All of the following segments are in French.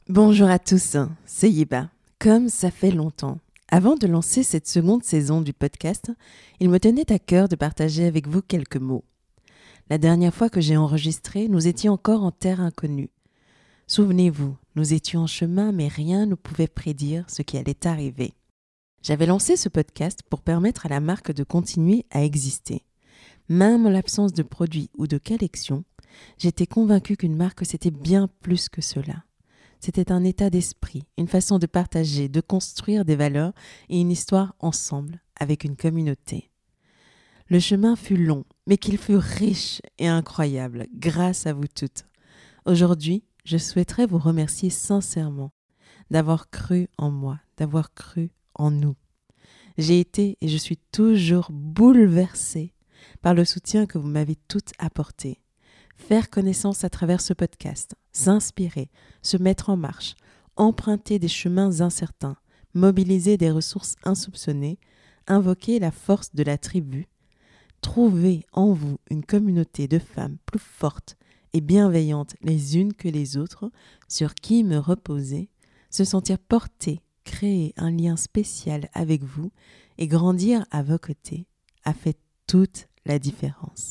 Bonjour à tous, c'est Yeba. Comme ça fait longtemps. Avant de lancer cette seconde saison du podcast, il me tenait à cœur de partager avec vous quelques mots. La dernière fois que j'ai enregistré, nous étions encore en terre inconnue. Souvenez-vous, nous étions en chemin, mais rien ne pouvait prédire ce qui allait arriver. J'avais lancé ce podcast pour permettre à la marque de continuer à exister. Même en l'absence de produits ou de collection, j'étais convaincue qu'une marque c'était bien plus que cela. C'était un état d'esprit, une façon de partager, de construire des valeurs et une histoire ensemble avec une communauté. Le chemin fut long, mais qu'il fut riche et incroyable grâce à vous toutes. Aujourd'hui, je souhaiterais vous remercier sincèrement d'avoir cru en moi, d'avoir cru en nous. J'ai été et je suis toujours bouleversée par le soutien que vous m'avez toutes apporté. Faire connaissance à travers ce podcast, s'inspirer, se mettre en marche, emprunter des chemins incertains, mobiliser des ressources insoupçonnées, invoquer la force de la tribu, trouver en vous une communauté de femmes plus fortes et bienveillantes les unes que les autres, sur qui me reposer, se sentir porté, créer un lien spécial avec vous et grandir à vos côtés a fait toute la différence.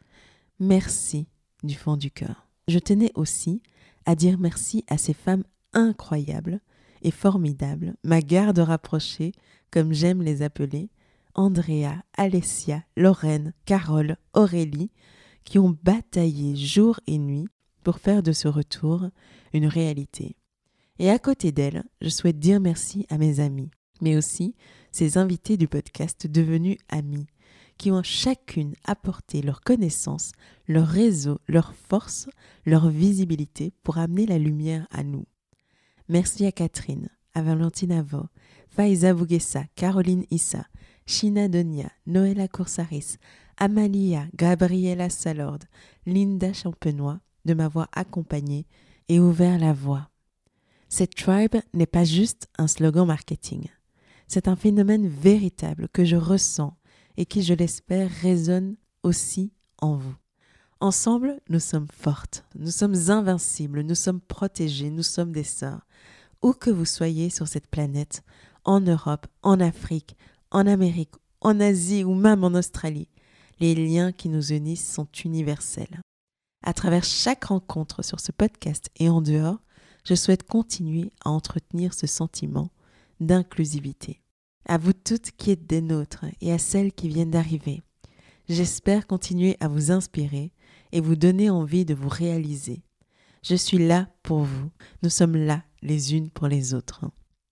Merci du fond du cœur. Je tenais aussi à dire merci à ces femmes incroyables et formidables, ma garde rapprochée, comme j'aime les appeler, Andrea, Alessia, Lorraine, Carole, Aurélie, qui ont bataillé jour et nuit pour faire de ce retour une réalité. Et à côté d'elles, je souhaite dire merci à mes amis, mais aussi ces invités du podcast devenus amis, qui ont chacune apporté leur connaissance, leur réseau, leur force, leur visibilité pour amener la lumière à nous. Merci à Catherine, à Valentine Avo, Faiza Bouguessa, Caroline Issa, Shina Donia, Noëlla Coursaris, Amalia, Gabriela Salord, Linda Champenois de m'avoir accompagnée et ouvert la voie. Cette tribe n'est pas juste un slogan marketing. C'est un phénomène véritable que je ressens et qui, je l'espère, résonne aussi en vous. Ensemble, nous sommes fortes, nous sommes invincibles, nous sommes protégés, nous sommes des sœurs. Où que vous soyez sur cette planète, en Europe, en Afrique, en Amérique, en Asie ou même en Australie, les liens qui nous unissent sont universels. À travers chaque rencontre sur ce podcast et en dehors, je souhaite continuer à entretenir ce sentiment d'inclusivité. À vous toutes qui êtes des nôtres et à celles qui viennent d'arriver, j'espère continuer à vous inspirer et vous donner envie de vous réaliser. Je suis là pour vous, nous sommes là les unes pour les autres.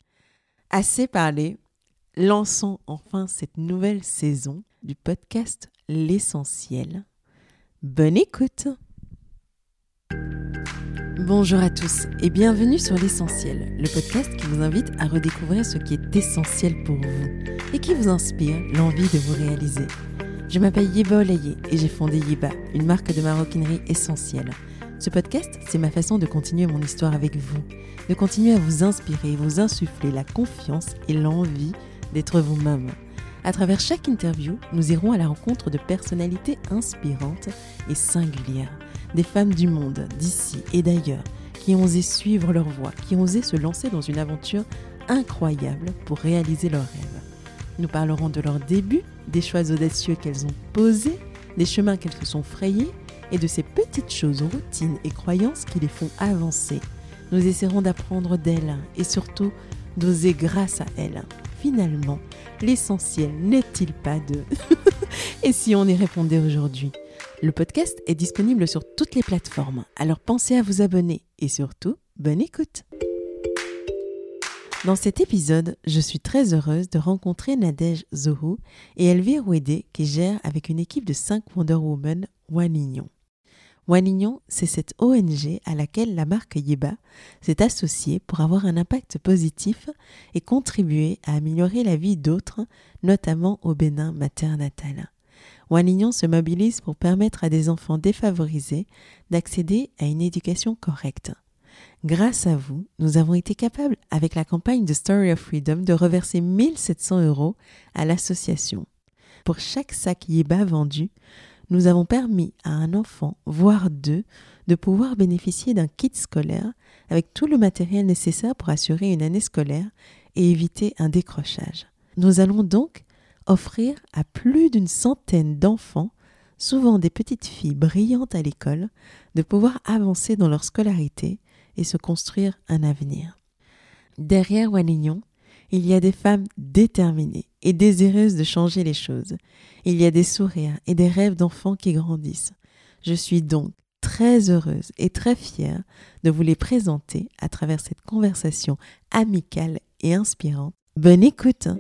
Assez parlé, lançons enfin cette nouvelle saison du podcast L'Essentiel. Bonne écoute! Bonjour à tous et bienvenue sur L'Essentiel, le podcast qui vous invite à redécouvrir ce qui est essentiel pour vous et qui vous inspire l'envie de vous réaliser. Je m'appelle Yeba Olaye et j'ai fondé Yeba, une marque de maroquinerie essentielle. Ce podcast, c'est ma façon de continuer mon histoire avec vous, de continuer à vous inspirer, vous insuffler la confiance et l'envie d'être vous-même. À travers chaque interview, nous irons à la rencontre de personnalités inspirantes et singulières. Des femmes du monde, d'ici et d'ailleurs, qui ont osé suivre leur voie, qui ont osé se lancer dans une aventure incroyable pour réaliser leurs rêves. Nous parlerons de leurs débuts, des choix audacieux qu'elles ont posés, des chemins qu'elles se sont frayés et de ces petites choses, routines et croyances qui les font avancer. Nous essaierons d'apprendre d'elles et surtout d'oser grâce à elles. Finalement, l'essentiel n'est-il pas de... Et si on y répondait aujourd'hui ? Le podcast est disponible sur toutes les plateformes, alors pensez à vous abonner et surtout, bonne écoute. Dans cet épisode, je suis très heureuse de rencontrer Nadège Zohou et Elvire Ouédé qui gèrent avec une équipe de 5 Wonder Woman Wanignon. Wanignon, c'est cette ONG à laquelle la marque Yeba s'est associée pour avoir un impact positif et contribuer à améliorer la vie d'autres, notamment au Bénin maternatal. Wanignon se mobilise pour permettre à des enfants défavorisés d'accéder à une éducation correcte. Grâce à vous, nous avons été capables, avec la campagne de Story of Freedom, de reverser 1 700 € à l'association. Pour chaque sac Yeba vendu, nous avons permis à un enfant, voire deux, de pouvoir bénéficier d'un kit scolaire avec tout le matériel nécessaire pour assurer une année scolaire et éviter un décrochage. Nous allons donc offrir à plus d'une centaine d'enfants, souvent des petites filles brillantes à l'école, de pouvoir avancer dans leur scolarité et se construire un avenir. Derrière Wanignon, il y a des femmes déterminées et désireuses de changer les choses. Il y a des sourires et des rêves d'enfants qui grandissent. Je suis donc très heureuse et très fière de vous les présenter à travers cette conversation amicale et inspirante. Bonne écoute!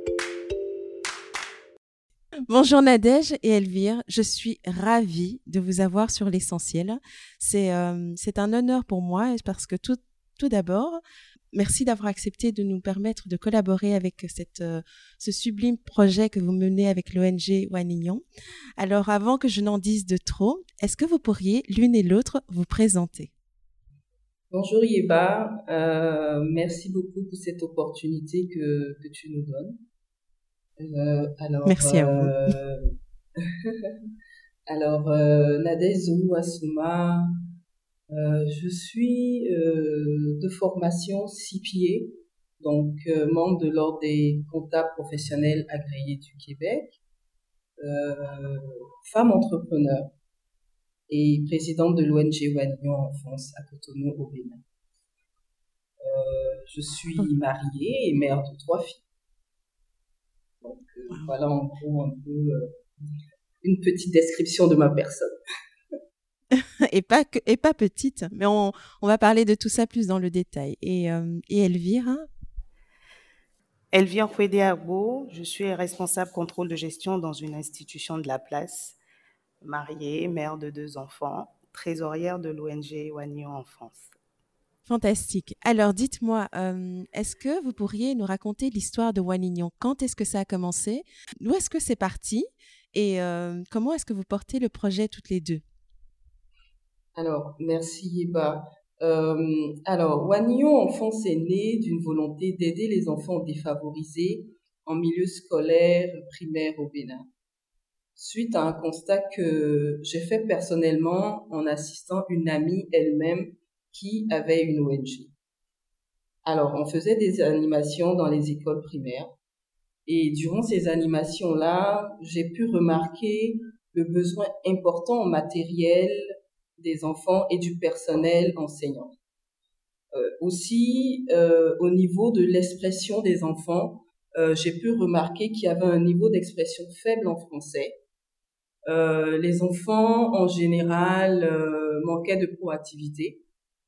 Bonjour Nadège et Elvire, je suis ravie de vous avoir sur l'essentiel. C'est un honneur pour moi parce que tout d'abord, merci d'avoir accepté de nous permettre de collaborer avec ce sublime projet que vous menez avec l'ONG Wanignon. Alors avant que je n'en dise de trop, est-ce que vous pourriez l'une et l'autre vous présenter? Bonjour Yeba, merci beaucoup pour cette opportunité que tu nous donnes. Merci à vous. Nadège Zoulou Assouma, je suis de formation CPA, donc membre de l'Ordre des comptables professionnels agréés du Québec, femme entrepreneur et présidente de l'ONG Wanignon en France à Cotonou au Bénin. Je suis mariée et mère de 3 filles. Donc voilà en gros un peu une petite description de ma personne. Et pas petite, mais on va parler de tout ça plus dans le détail. Et Elvire, hein? Elvire Fouédé-Arbo, je suis responsable contrôle de gestion dans une institution de la place, mariée, mère de 2 enfants, trésorière de l'ONG Wanignon en France. Fantastique. Alors dites-moi, est-ce que vous pourriez nous raconter l'histoire de Wanignon? Quand est-ce que ça a commencé? D'où est-ce que c'est parti? Et comment est-ce que vous portez le projet toutes les deux? Alors, merci Yeba. Wanignon Enfance est né d'une volonté d'aider les enfants défavorisés en milieu scolaire primaire au Bénin. Suite à un constat que j'ai fait personnellement en assistant une amie elle-même qui avait une ONG. Alors, on faisait des animations dans les écoles primaires et durant ces animations-là, j'ai pu remarquer le besoin important en matériel des enfants et du personnel enseignant. Aussi, au niveau de l'expression des enfants, j'ai pu remarquer qu'il y avait un niveau d'expression faible en français. Les enfants, en général, manquaient de proactivité.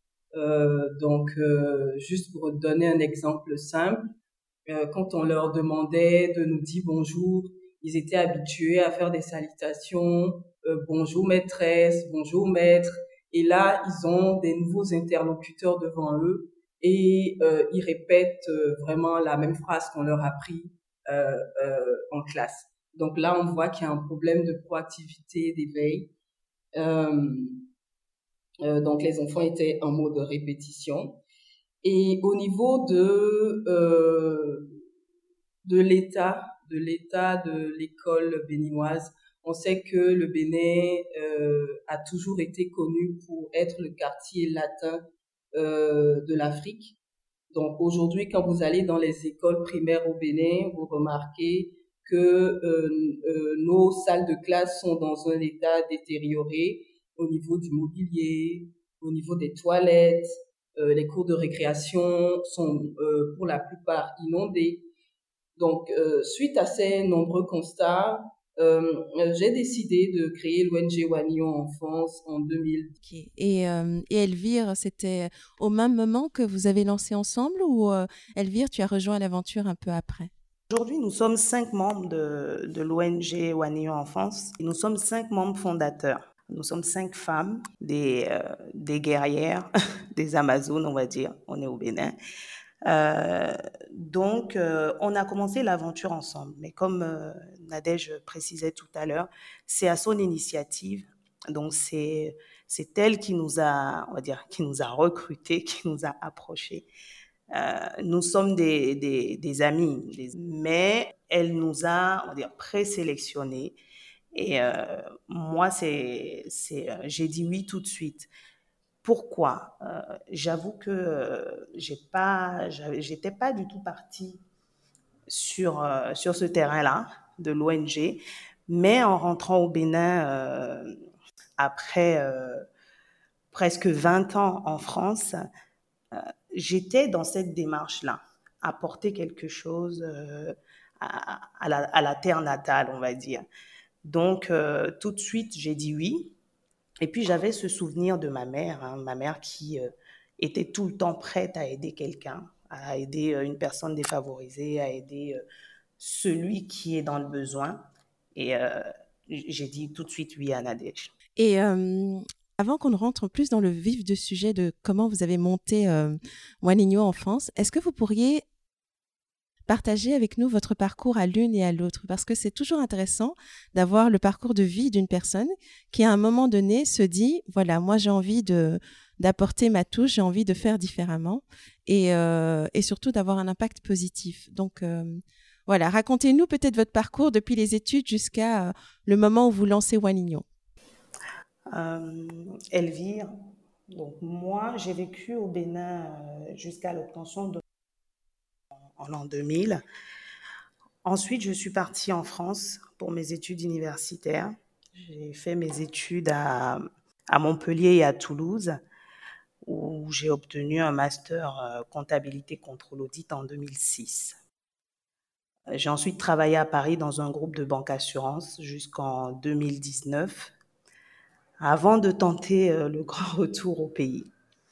Juste pour donner un exemple simple, quand on leur demandait de nous dire bonjour, ils étaient habitués à faire des salutations, bonjour maîtresse, bonjour maître. Et là, ils ont des nouveaux interlocuteurs devant eux et ils répètent vraiment la même phrase qu'on leur a appris en classe. Donc là, on voit qu'il y a un problème de proactivité, d'éveil. Donc les enfants étaient en mode répétition. Et au niveau de l'état de l'école béninoise, on sait que le Bénin a toujours été connu pour être le quartier latin de l'Afrique. Donc aujourd'hui, quand vous allez dans les écoles primaires au Bénin, vous remarquez que nos salles de classe sont dans un état détérioré au niveau du mobilier, au niveau des toilettes. Les cours de récréation sont pour la plupart inondés. Donc, suite à ces nombreux constats, j'ai décidé de créer l'ONG Wanignon Enfance en 2000. Okay. Et Elvire, c'était au même moment que vous avez lancé ensemble ou Elvire, tu as rejoint l'aventure un peu après? Aujourd'hui, nous sommes 5 membres de l'ONG Wanignon Enfance. Nous sommes 5 membres fondateurs. Nous sommes 5 femmes, des guerrières, des Amazones, on va dire. On est au Bénin. On a commencé l'aventure ensemble. Mais comme Nadège précisait tout à l'heure, c'est à son initiative. Donc, c'est elle qui nous a, on va dire, qui nous a recrutés, qui nous a approchés. Nous sommes des amis, mais elle nous a, on va dire, présélectionnés. Et moi, j'ai dit oui tout de suite. Pourquoi? J'avoue que j'étais pas du tout partie sur ce terrain-là de l'ONG, mais en rentrant au Bénin après presque 20 ans en France, j'étais dans cette démarche-là, apporter quelque chose à la terre natale, on va dire. Donc, tout de suite, j'ai dit oui. Et puis, j'avais ce souvenir de ma mère qui était tout le temps prête à aider quelqu'un, à aider une personne défavorisée, à aider celui qui est dans le besoin. Et j'ai dit tout de suite oui à Nadège. Et avant qu'on ne rentre plus dans le vif du sujet de comment vous avez monté Wanigno en France, est-ce que vous pourriez partager avec nous votre parcours à l'une et à l'autre? Parce que c'est toujours intéressant d'avoir le parcours de vie d'une personne qui, à un moment donné, se dit, voilà, moi j'ai envie d'apporter ma touche, j'ai envie de faire différemment et surtout d'avoir un impact positif. Donc, voilà, racontez-nous peut-être votre parcours depuis les études jusqu'à le moment où vous lancez Wanigno. Elvire, donc moi j'ai vécu au Bénin jusqu'à l'obtention de en l'an 2000. Ensuite, je suis partie en France pour mes études universitaires. J'ai fait mes études à Montpellier et à Toulouse, où j'ai obtenu un master comptabilité contrôle audit en 2006. J'ai ensuite travaillé à Paris dans un groupe de banque assurance jusqu'en 2019, avant de tenter le grand retour au pays.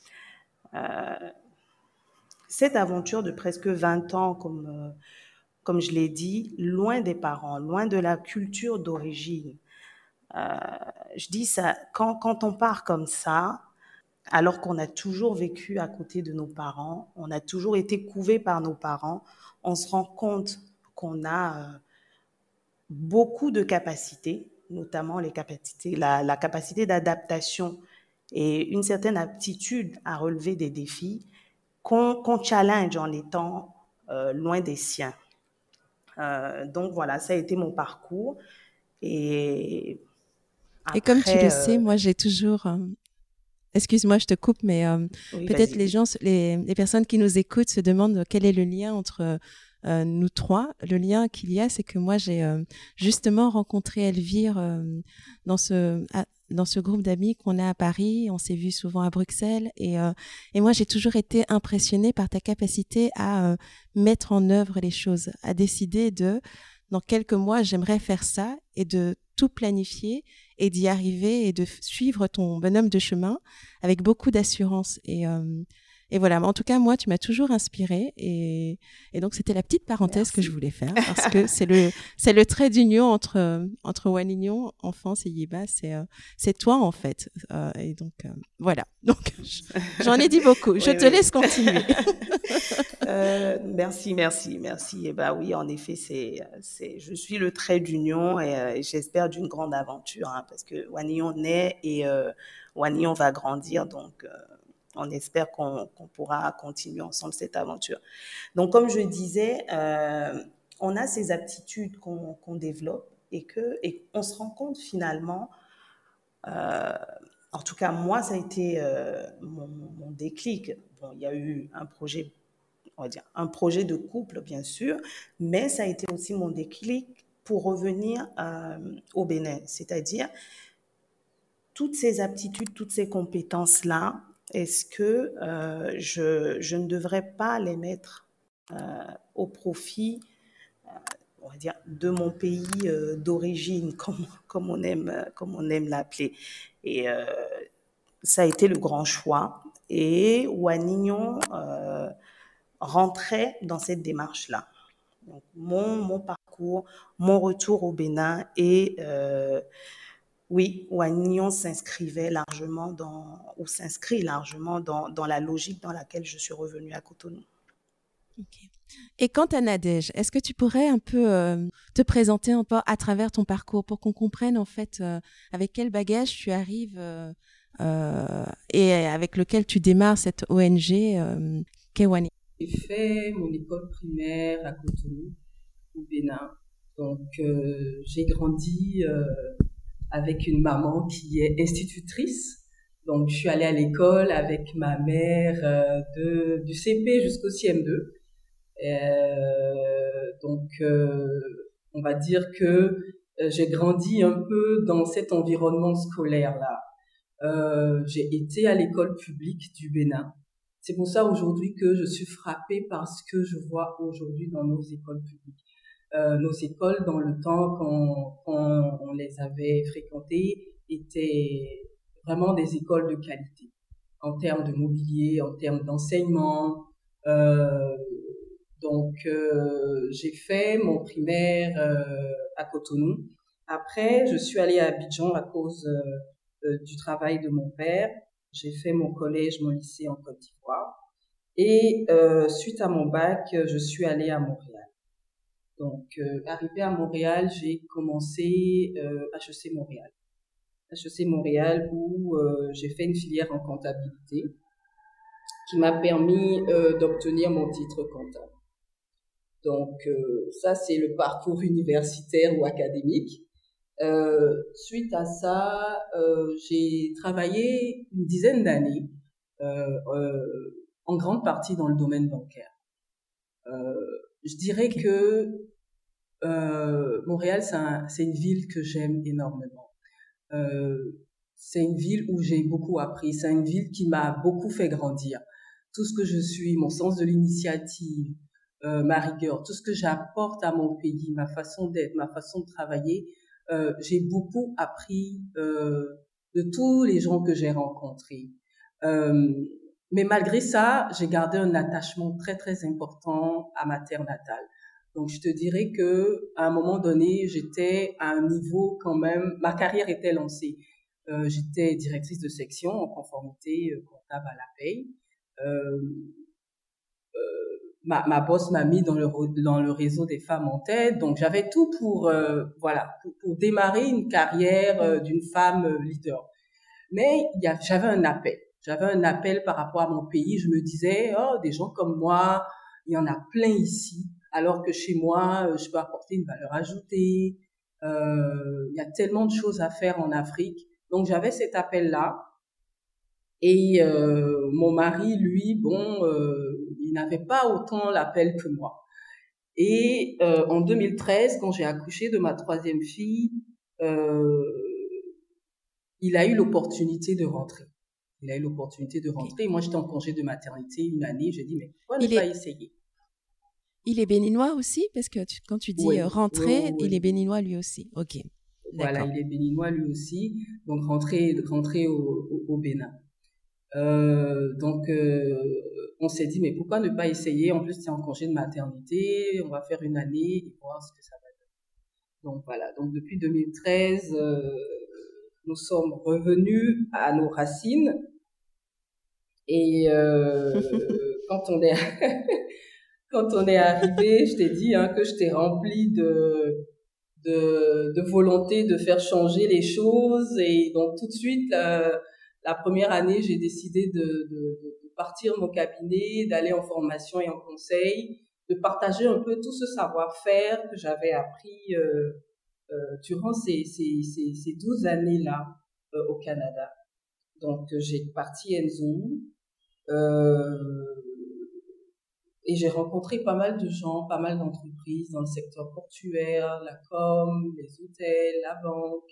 Cette aventure de presque 20 ans, comme je l'ai dit, loin des parents, loin de la culture d'origine. Je dis ça, quand on part comme ça, alors qu'on a toujours vécu à côté de nos parents, on a toujours été couvé par nos parents, on se rend compte qu'on a beaucoup de capacités, notamment les capacités, la capacité d'adaptation et une certaine aptitude à relever des défis qu'on challenge en étant loin des siens. Donc voilà, ça a été mon parcours. Et après, comme tu le sais, moi j'ai toujours... Excuse-moi, je te coupe, mais oui, peut-être vas-y. les personnes qui nous écoutent se demandent quel est le lien entre nous trois. Le lien qu'il y a, c'est que moi, j'ai justement rencontré Elvire dans ce groupe d'amis qu'on a à Paris. On s'est vu souvent à Bruxelles. Et moi, j'ai toujours été impressionnée par ta capacité à mettre en œuvre les choses, à décider dans quelques mois, j'aimerais faire ça et de tout planifier et d'y arriver et de suivre ton bonhomme de chemin avec beaucoup d'assurance. Et voilà, en tout cas, moi, tu m'as toujours inspirée et donc c'était la petite parenthèse que je voulais faire parce que c'est le trait d'union entre Wanigno, enfance et Yeba, c'est toi en fait. Et donc voilà, donc j'en ai dit beaucoup. Oui, je te laisse continuer. Merci. Et bah oui, en effet, je suis le trait d'union et j'espère d'une grande aventure, hein, parce que Wanigno naît et Wanigno va grandir, donc on espère qu'on pourra continuer ensemble cette aventure. Donc, comme je disais, on a ces aptitudes qu'on développe et on se rend compte finalement, en tout cas moi, ça a été mon déclic. Bon, il y a eu un projet, on va dire, un projet de couple, bien sûr, mais ça a été aussi mon déclic pour revenir au Bénin, c'est-à-dire toutes ces aptitudes, toutes ces compétences-là, est-ce que je ne devrais pas les mettre au profit, on va dire, de mon pays d'origine, comme on aime l'appeler. Et ça a été le grand choix. Et Wanigno rentrait dans cette démarche-là. Donc, mon parcours, mon retour au Bénin et oui, Wanigno s'inscrit largement dans la logique dans laquelle je suis revenue à Cotonou. Okay. Et quant à Nadège, est-ce que tu pourrais un peu te présenter un peu à travers ton parcours pour qu'on comprenne en fait avec quel bagage tu arrives et avec lequel tu démarres cette ONG qu'est Wanigno? J'ai fait mon école primaire à Cotonou, au Bénin. Donc, j'ai grandi avec une maman qui est institutrice. Donc, je suis allée à l'école avec ma mère du CP jusqu'au CM2. Donc, on va dire que j'ai grandi un peu dans cet environnement scolaire-là. J'ai été à l'école publique du Bénin. C'est pour ça aujourd'hui que je suis frappée par ce que je vois aujourd'hui dans nos écoles publiques. Nos écoles, dans le temps quand on les avait fréquentées, étaient vraiment des écoles de qualité en termes de mobilier, en termes d'enseignement. Donc, j'ai fait mon primaire à Cotonou. Après, je suis allée à Abidjan à cause du travail de mon père. J'ai fait mon collège, mon lycée en Côte d'Ivoire. Et suite à mon bac, je suis allée à Montréal. Donc, arrivée à Montréal, j'ai commencé HEC Montréal. HEC Montréal où j'ai fait une filière en comptabilité qui m'a permis d'obtenir mon titre comptable. Donc, ça, c'est le parcours universitaire ou académique. Suite à ça, j'ai travaillé une dizaine d'années, en grande partie dans le domaine bancaire. Je dirais que Montréal, c'est une ville que j'aime énormément. C'est une ville où j'ai beaucoup appris. C'est une ville qui m'a beaucoup fait grandir. Tout ce que je suis, mon sens de l'initiative, ma rigueur, tout ce que j'apporte à mon pays, ma façon d'être, ma façon de travailler, j'ai beaucoup appris de tous les gens que j'ai rencontrés. Mais malgré ça, j'ai gardé un attachement très très important à ma terre natale. Donc je te dirais que à un moment donné, j'étais à un niveau quand même, ma carrière était lancée. J'étais directrice de section en conformité comptable à la paye. Ma boss m'a mis dans le réseau des femmes en tête, donc j'avais tout pour démarrer une carrière d'une femme leader. Mais j'avais un appel par rapport à mon pays. Je me disais, des gens comme moi, il y en a plein ici, alors que chez moi, je peux apporter une valeur ajoutée. Il y a tellement de choses à faire en Afrique. Donc j'avais cet appel-là. Et mon mari, lui, il n'avait pas autant l'appel que moi. Et en 2013, quand j'ai accouché de ma troisième fille, il a eu l'opportunité de rentrer. Et moi, j'étais en congé de maternité une année. J'ai dit, mais pourquoi ne pas essayer? Il est béninois aussi? Parce que quand tu dis rentrer, il est béninois lui aussi. Ok. Voilà, il est béninois lui aussi. Donc, rentrer au Bénin. On s'est dit, mais pourquoi ne pas essayer? En plus, c'est en congé de maternité. On va faire une année et voir ce que ça va donner. Donc, voilà. Donc, depuis 2013, nous sommes revenus à nos racines. Et quand on est arrivé, je t'ai dit que je t'ai rempli de volonté de faire changer les choses. Et donc tout de suite, la première année, j'ai décidé de partir mon cabinet, d'aller en formation et en conseil, de partager un peu tout ce savoir-faire que j'avais appris durant ces 12 années-là au Canada. Donc, j'ai parti Enzo et j'ai rencontré pas mal de gens, pas mal d'entreprises dans le secteur portuaire, la com, les hôtels, la banque.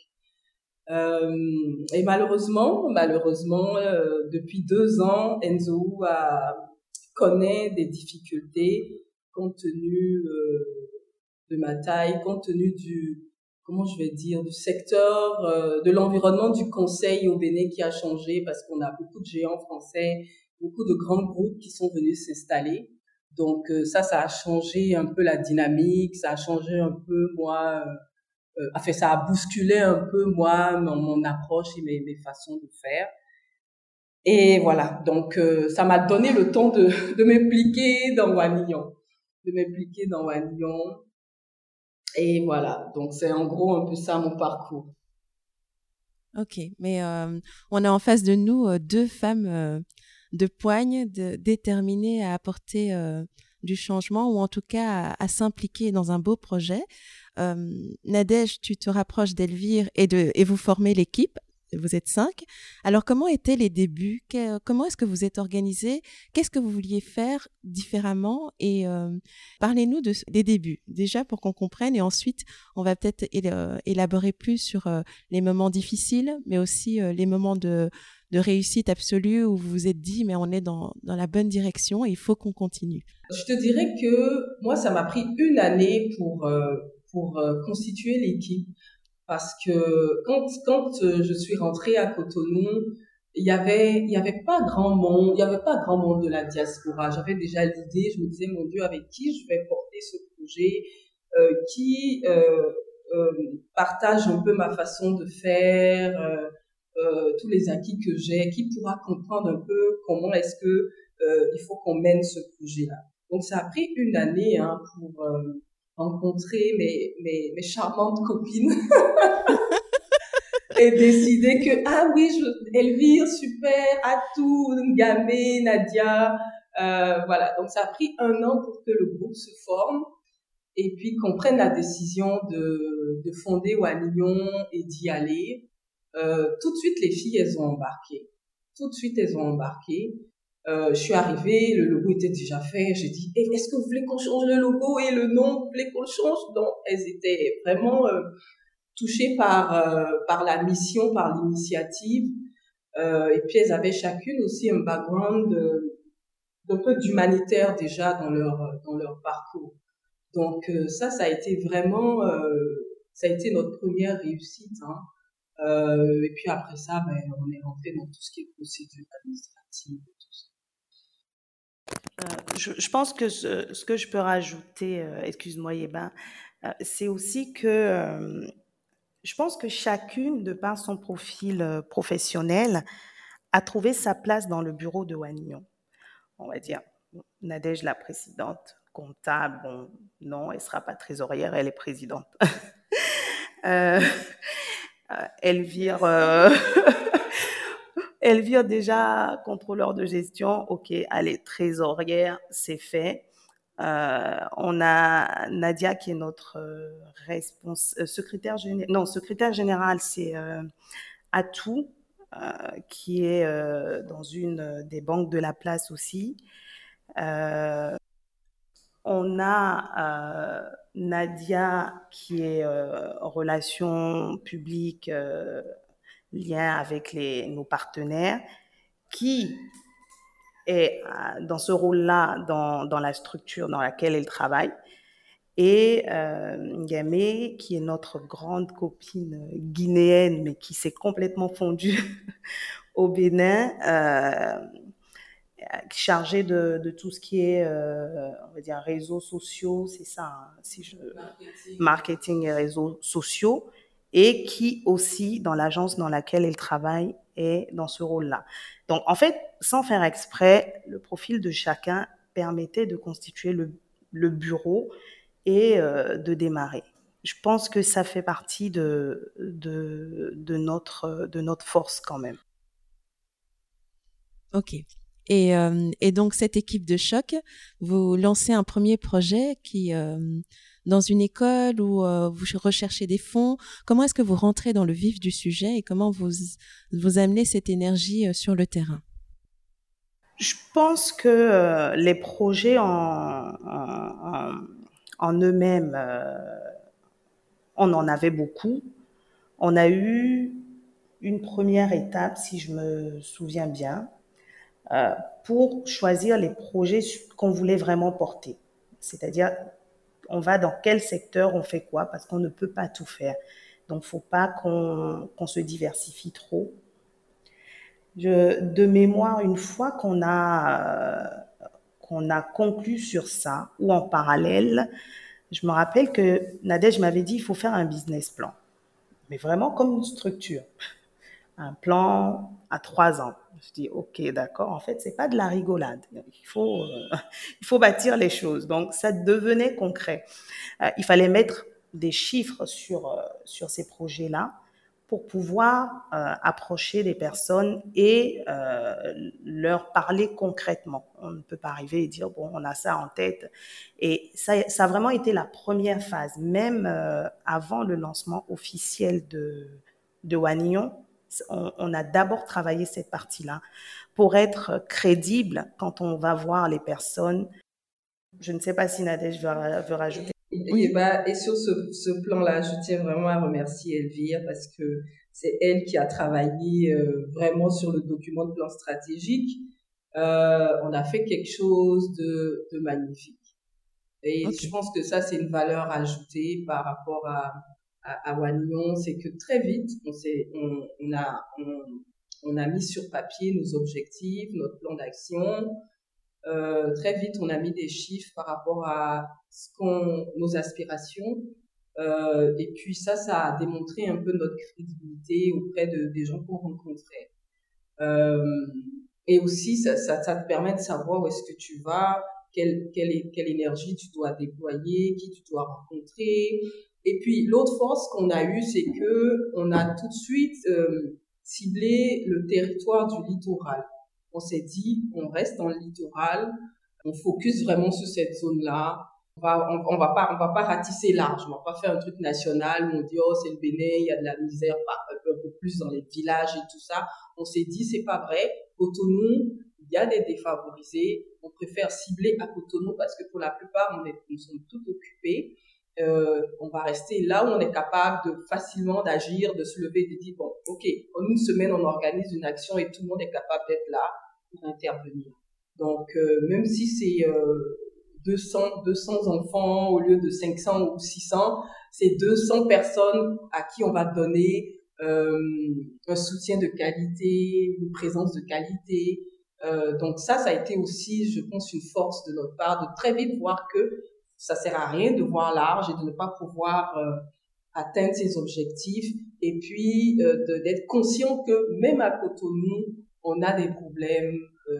Et malheureusement, depuis 2 ans, Enzo connaît des difficultés compte tenu de ma taille, compte tenu du secteur, de l'environnement du conseil au Bénin qui a changé parce qu'on a beaucoup de géants français, beaucoup de grands groupes qui sont venus s'installer. Donc ça a changé un peu la dynamique, ça a changé un peu ça a bousculé un peu mon approche et mes façons de faire. Et voilà, donc ça m'a donné le temps de m'impliquer dans Wanillon. Et voilà, donc c'est en gros un peu ça mon parcours. Ok, mais on a en face de nous 2 femmes de poigne, déterminées à apporter du changement ou en tout cas à s'impliquer dans un beau projet. Nadège, tu te rapproches d'Elvire et vous formez l'équipe vous êtes 5. Alors, comment étaient les débuts? Comment est-ce que vous êtes organisés? Qu'est-ce que vous vouliez faire différemment? Et parlez-nous des débuts, déjà pour qu'on comprenne. Et ensuite, on va peut-être élaborer plus sur les moments difficiles, mais aussi les moments de réussite absolue où vous vous êtes dit, mais on est dans la bonne direction et il faut qu'on continue. Je te dirais que moi, ça m'a pris une année pour constituer l'équipe. Parce que quand je suis rentrée à Cotonou, il y avait pas grand monde, il y avait pas grand monde de la diaspora. J'avais déjà l'idée, je me disais, mon Dieu, avec qui je vais porter ce projet, qui partage un peu ma façon de faire, tous les acquis que j'ai, qui pourra comprendre un peu comment est-ce que il faut qu'on mène ce projet-là. Donc ça a pris une année pour rencontrer mes charmantes copines et décider que ah oui, Elvire, super, Atou, Ngamé, Nadia, voilà. Donc ça a pris un an pour que le groupe se forme et puis qu'on prenne la décision de fonder Wanignon et d'y aller. Tout de suite les filles elles ont embarqué. Tout de suite elles ont embarqué. Je suis arrivée, le logo était déjà fait. J'ai dit, est-ce que vous voulez qu'on change le logo et le nom? Vous voulez qu'on le change? Donc, elles étaient vraiment touchées par la mission, par l'initiative. Et puis, elles avaient chacune aussi un background d'un peu d'humanitaire déjà dans leur parcours. Donc, ça a été vraiment, ça a été notre première réussite. Et puis après ça, on est rentré dans tout ce qui est procédure administrative. Je pense que ce que je peux rajouter, excuse-moi Yéba, c'est aussi que je pense que chacune, de par son profil professionnel, a trouvé sa place dans le bureau de Wanignon. On va dire, Nadège, la présidente, comptable, bon, non, elle ne sera pas trésorière, elle est présidente. Elvire... Elvire, déjà contrôleur de gestion, ok, allez, trésorière, c'est fait. On a Nadia qui est notre secrétaire général. Non, secrétaire général, c'est Atou, qui est dans une des banques de la place aussi. On a Nadia qui est relations publiques, lien avec nos partenaires, qui est dans ce rôle-là dans la structure dans laquelle elle travaille. Et Ngamé, qui est notre grande copine guinéenne, mais qui s'est complètement fondue au Bénin, chargée de tout ce qui est, on va dire, réseaux sociaux, c'est ça, marketing et réseaux sociaux, et qui aussi, dans l'agence dans laquelle elle travaille, est dans ce rôle-là. Donc, en fait, sans faire exprès, le profil de chacun permettait de constituer le bureau et de démarrer. Je pense que ça fait partie de notre force quand même. Ok. Et donc, cette équipe de choc, vous lancez un premier projet qui, dans une école où vous recherchez des fonds. Comment est-ce que vous rentrez dans le vif du sujet et comment vous amenez cette énergie sur le terrain? Je pense que les projets en eux-mêmes, on en avait beaucoup. On a eu une première étape, si je me souviens bien, pour choisir les projets qu'on voulait vraiment porter. C'est-à-dire, on va dans quel secteur, on fait quoi, parce qu'on ne peut pas tout faire. Donc, il ne faut pas qu'on se diversifie trop. De mémoire, une fois qu'on a conclu sur ça, ou en parallèle, je me rappelle que Nadège m'avait dit, il faut faire un business plan. Mais vraiment comme une structure. Un plan à 3 ans. Je dis, ok, d'accord. En fait, c'est pas de la rigolade. Il faut bâtir les choses. Donc, ça devenait concret. Il fallait mettre des chiffres sur ces projets-là pour pouvoir approcher les personnes et leur parler concrètement. On ne peut pas arriver et dire, bon, on a ça en tête. Et ça a vraiment été la première phase. Même avant le lancement officiel de Wanignon, On a d'abord travaillé cette partie-là pour être crédible quand on va voir les personnes. Je ne sais pas si Nadège veut rajouter. Et sur ce plan-là, je tiens vraiment à remercier Elvire parce que c'est elle qui a travaillé vraiment sur le document de plan stratégique. On a fait quelque chose de magnifique. Et je pense que ça, c'est une valeur ajoutée par rapport à Wagnon. C'est que très vite, on a mis sur papier nos objectifs, notre plan d'action. Très vite, on a mis des chiffres par rapport à nos aspirations. Et puis ça a démontré un peu notre crédibilité auprès des gens qu'on rencontrait. Et aussi, ça te permet de savoir où est-ce que tu vas, quelle énergie tu dois déployer, qui tu dois rencontrer. Et puis, l'autre force qu'on a eue, c'est que on a tout de suite ciblé le territoire du littoral. On s'est dit, on reste dans le littoral, on focus vraiment sur cette zone-là. On va pas ratisser large, on va pas faire un truc national où on dit, oh, c'est le Bénin, il y a de la misère un peu plus dans les villages et tout ça. On s'est dit, c'est pas vrai. Cotonou, il y a des défavorisés. On préfère cibler à Cotonou parce que pour la plupart, nous sommes tous occupés. On va rester là où on est capable facilement d'agir, de se lever, de dire, bon, ok, en une semaine, on organise une action et tout le monde est capable d'être là pour intervenir. Donc, même si c'est 200 enfants au lieu de 500 ou 600, c'est 200 personnes à qui on va donner un soutien de qualité, une présence de qualité. Donc ça a été aussi, je pense, une force de notre part de très vite voir que ça sert à rien de voir large et de ne pas pouvoir atteindre ses objectifs. Et puis d'être conscient que même à Cotonou, on a des problèmes.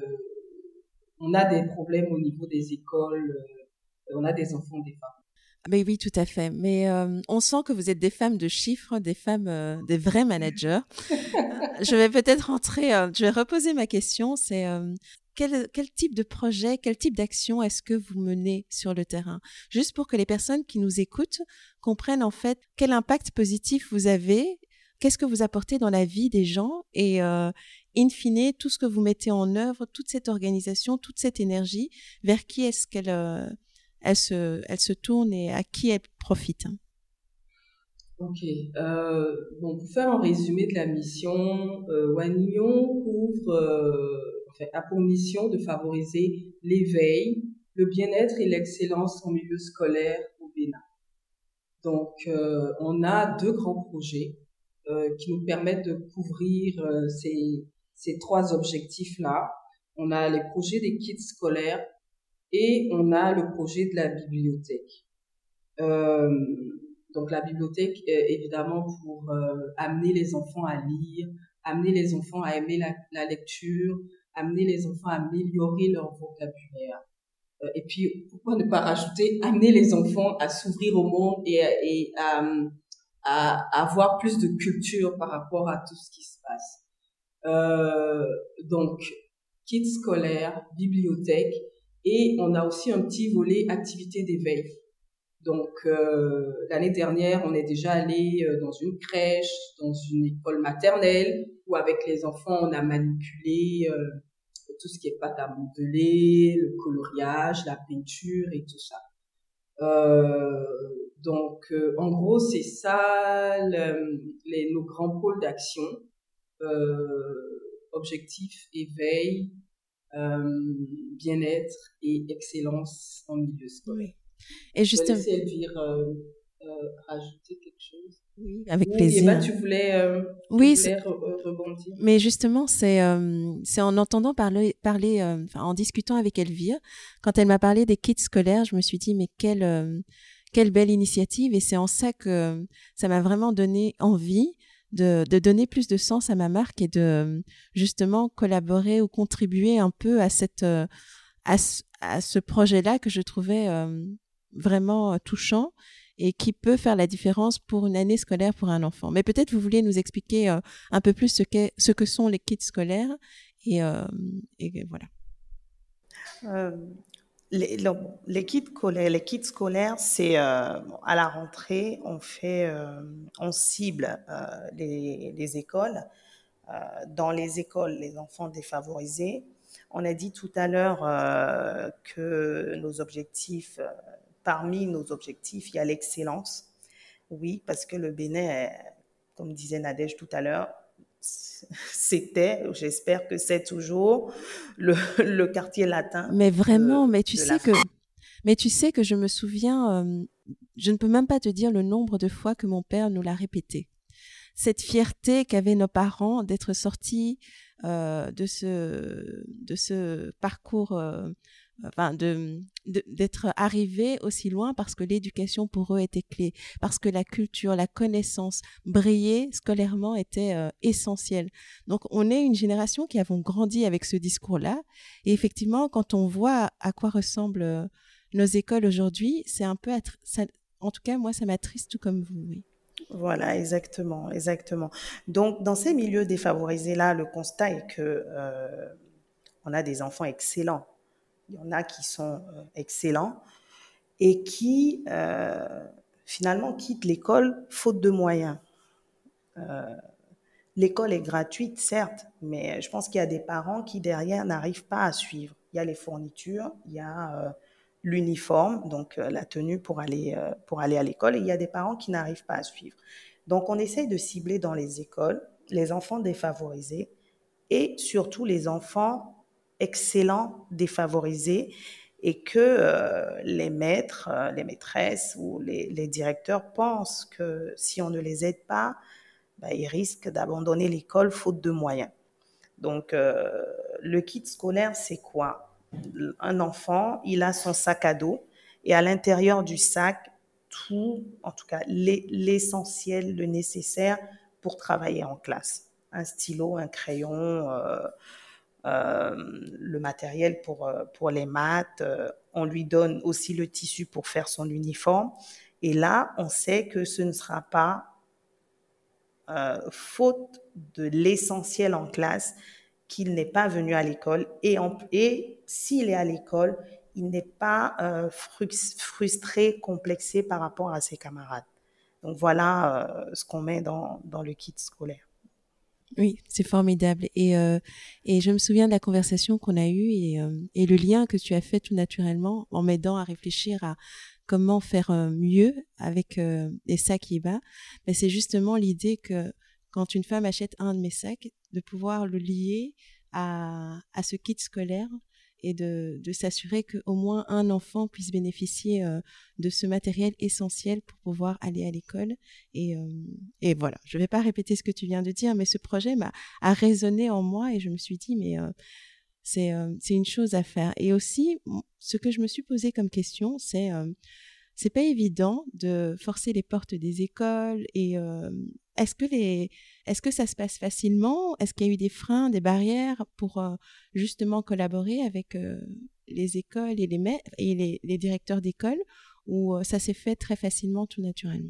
On a des problèmes au niveau des écoles. On a des enfants défavorisés. Mais oui, tout à fait. Mais on sent que vous êtes des femmes de chiffres, des femmes, des vrais managers. Je vais peut-être je vais reposer ma question. C'est quel type de projet, quel type d'action est-ce que vous menez sur le terrain? Juste pour que les personnes qui nous écoutent comprennent en fait quel impact positif vous avez, qu'est-ce que vous apportez dans la vie des gens et in fine, tout ce que vous mettez en œuvre, toute cette organisation, toute cette énergie, vers qui est-ce qu'elle elle se tourne et à qui elle profite? Ok. Bon, pour faire un résumé de la mission, Wagnon a pour mission de favoriser l'éveil, le bien-être et l'excellence en milieu scolaire au Bénin. Donc, on a 2 grands projets qui nous permettent de couvrir ces 3 objectifs-là. On a les projets des kits scolaires et on a le projet de la bibliothèque. Donc la bibliothèque, évidemment, pour amener les enfants à lire, amener les enfants à aimer la lecture, amener les enfants à améliorer leur vocabulaire. Et puis, pourquoi ne pas rajouter, amener les enfants à s'ouvrir au monde et à avoir plus de culture par rapport à tout ce qui se passe. Donc, kits scolaires, bibliothèque, et on a aussi un petit volet activité d'éveil. Donc, l'année dernière, on est déjà allé dans une crèche, dans une école maternelle, où avec les enfants, on a manipulé tout ce qui est pâte à modeler, le coloriage, la peinture et tout ça. Donc, en gros, c'est ça nos grands pôles d'action. Objectif, éveil, bien-être et excellence en milieu scolaire. Oui. Et justement, je vais laisser Elvire rajouter quelque chose. Oui, avec plaisir. Eva, tu voulais rebondir. Mais justement, c'est en entendant parler en discutant avec Elvire, quand elle m'a parlé des kits scolaires, je me suis dit mais quelle belle initiative, et c'est en ça que ça m'a vraiment donné envie de donner plus de sens à ma marque et de justement collaborer ou contribuer un peu à ce projet-là que je trouvais vraiment touchant et qui peut faire la différence pour une année scolaire pour un enfant. Mais peut-être vous vouliez nous expliquer un peu plus ce que sont les kits scolaires et voilà. Les kits scolaires, c'est à la rentrée, on cible les écoles dans les écoles, les enfants défavorisés. On a dit tout à l'heure que nos objectifs, parmi nos objectifs, il y a l'excellence. Oui, parce que le Bénin, comme disait Nadège tout à l'heure, c'était, j'espère que c'est toujours, le quartier latin Mais vraiment, de l'Afrique. mais tu sais que je me souviens, je ne peux même pas te dire le nombre de fois que mon père nous l'a répété. Cette fierté qu'avaient nos parents d'être sortis de ce parcours, enfin d'être arrivés aussi loin parce que l'éducation pour eux était clé, parce que la culture, la connaissance, briller scolairement était essentielle. Donc on est une génération qui avons grandi avec ce discours-là, et effectivement quand on voit à quoi ressemblent nos écoles aujourd'hui, c'est un peu ça, en tout cas moi ça m'attriste tout comme vous, oui. Voilà, exactement, exactement. Donc, dans ces milieux défavorisés-là, le constat est que on a des enfants excellents. Il y en a qui sont excellents et qui finalement quittent l'école faute de moyens. L'école est gratuite, certes, mais je pense qu'il y a des parents qui derrière n'arrivent pas à suivre. Il y a les fournitures, il y a l'uniforme, donc la tenue pour aller à l'école, et il y a des parents qui n'arrivent pas à suivre. Donc on essaye de cibler dans les écoles les enfants défavorisés et surtout les enfants excellents défavorisés, et que les maîtres, les maîtresses ou les directeurs pensent que si on ne les aide pas, ben, ils risquent d'abandonner l'école faute de moyens. Donc, le kit scolaire, c'est quoi? Un enfant, il a son sac à dos et à l'intérieur du sac, tout, en tout cas l'essentiel, le nécessaire pour travailler en classe. Un stylo, un crayon, le matériel pour les maths. On lui donne aussi le tissu pour faire son uniforme. Et là, on sait que ce ne sera pas faute de l'essentiel en classe, qu'il n'est pas venu à l'école, et s'il est à l'école, il n'est pas frustré, complexé par rapport à ses camarades. Donc voilà ce qu'on met dans le kit scolaire. Oui, c'est formidable. Et je me souviens de la conversation qu'on a eue et le lien que tu as fait tout naturellement en m'aidant à réfléchir à comment faire mieux avec les sacs Iba. Mais c'est justement l'idée que quand une femme achète un de mes sacs, de pouvoir le lier à ce kit scolaire et de s'assurer qu'au moins un enfant puisse bénéficier de ce matériel essentiel pour pouvoir aller à l'école. Et, euh, et voilà, je ne vais pas répéter ce que tu viens de dire, mais ce projet a résonné en moi et je me suis dit, mais c'est une chose à faire. Et aussi, ce que je me suis posé comme question, c'est pas évident de forcer les portes des écoles et est-ce que ça se passe facilement? Est-ce qu'il y a eu des freins, des barrières pour justement collaborer avec les écoles et les directeurs d'école, ou ça s'est fait très facilement, tout naturellement?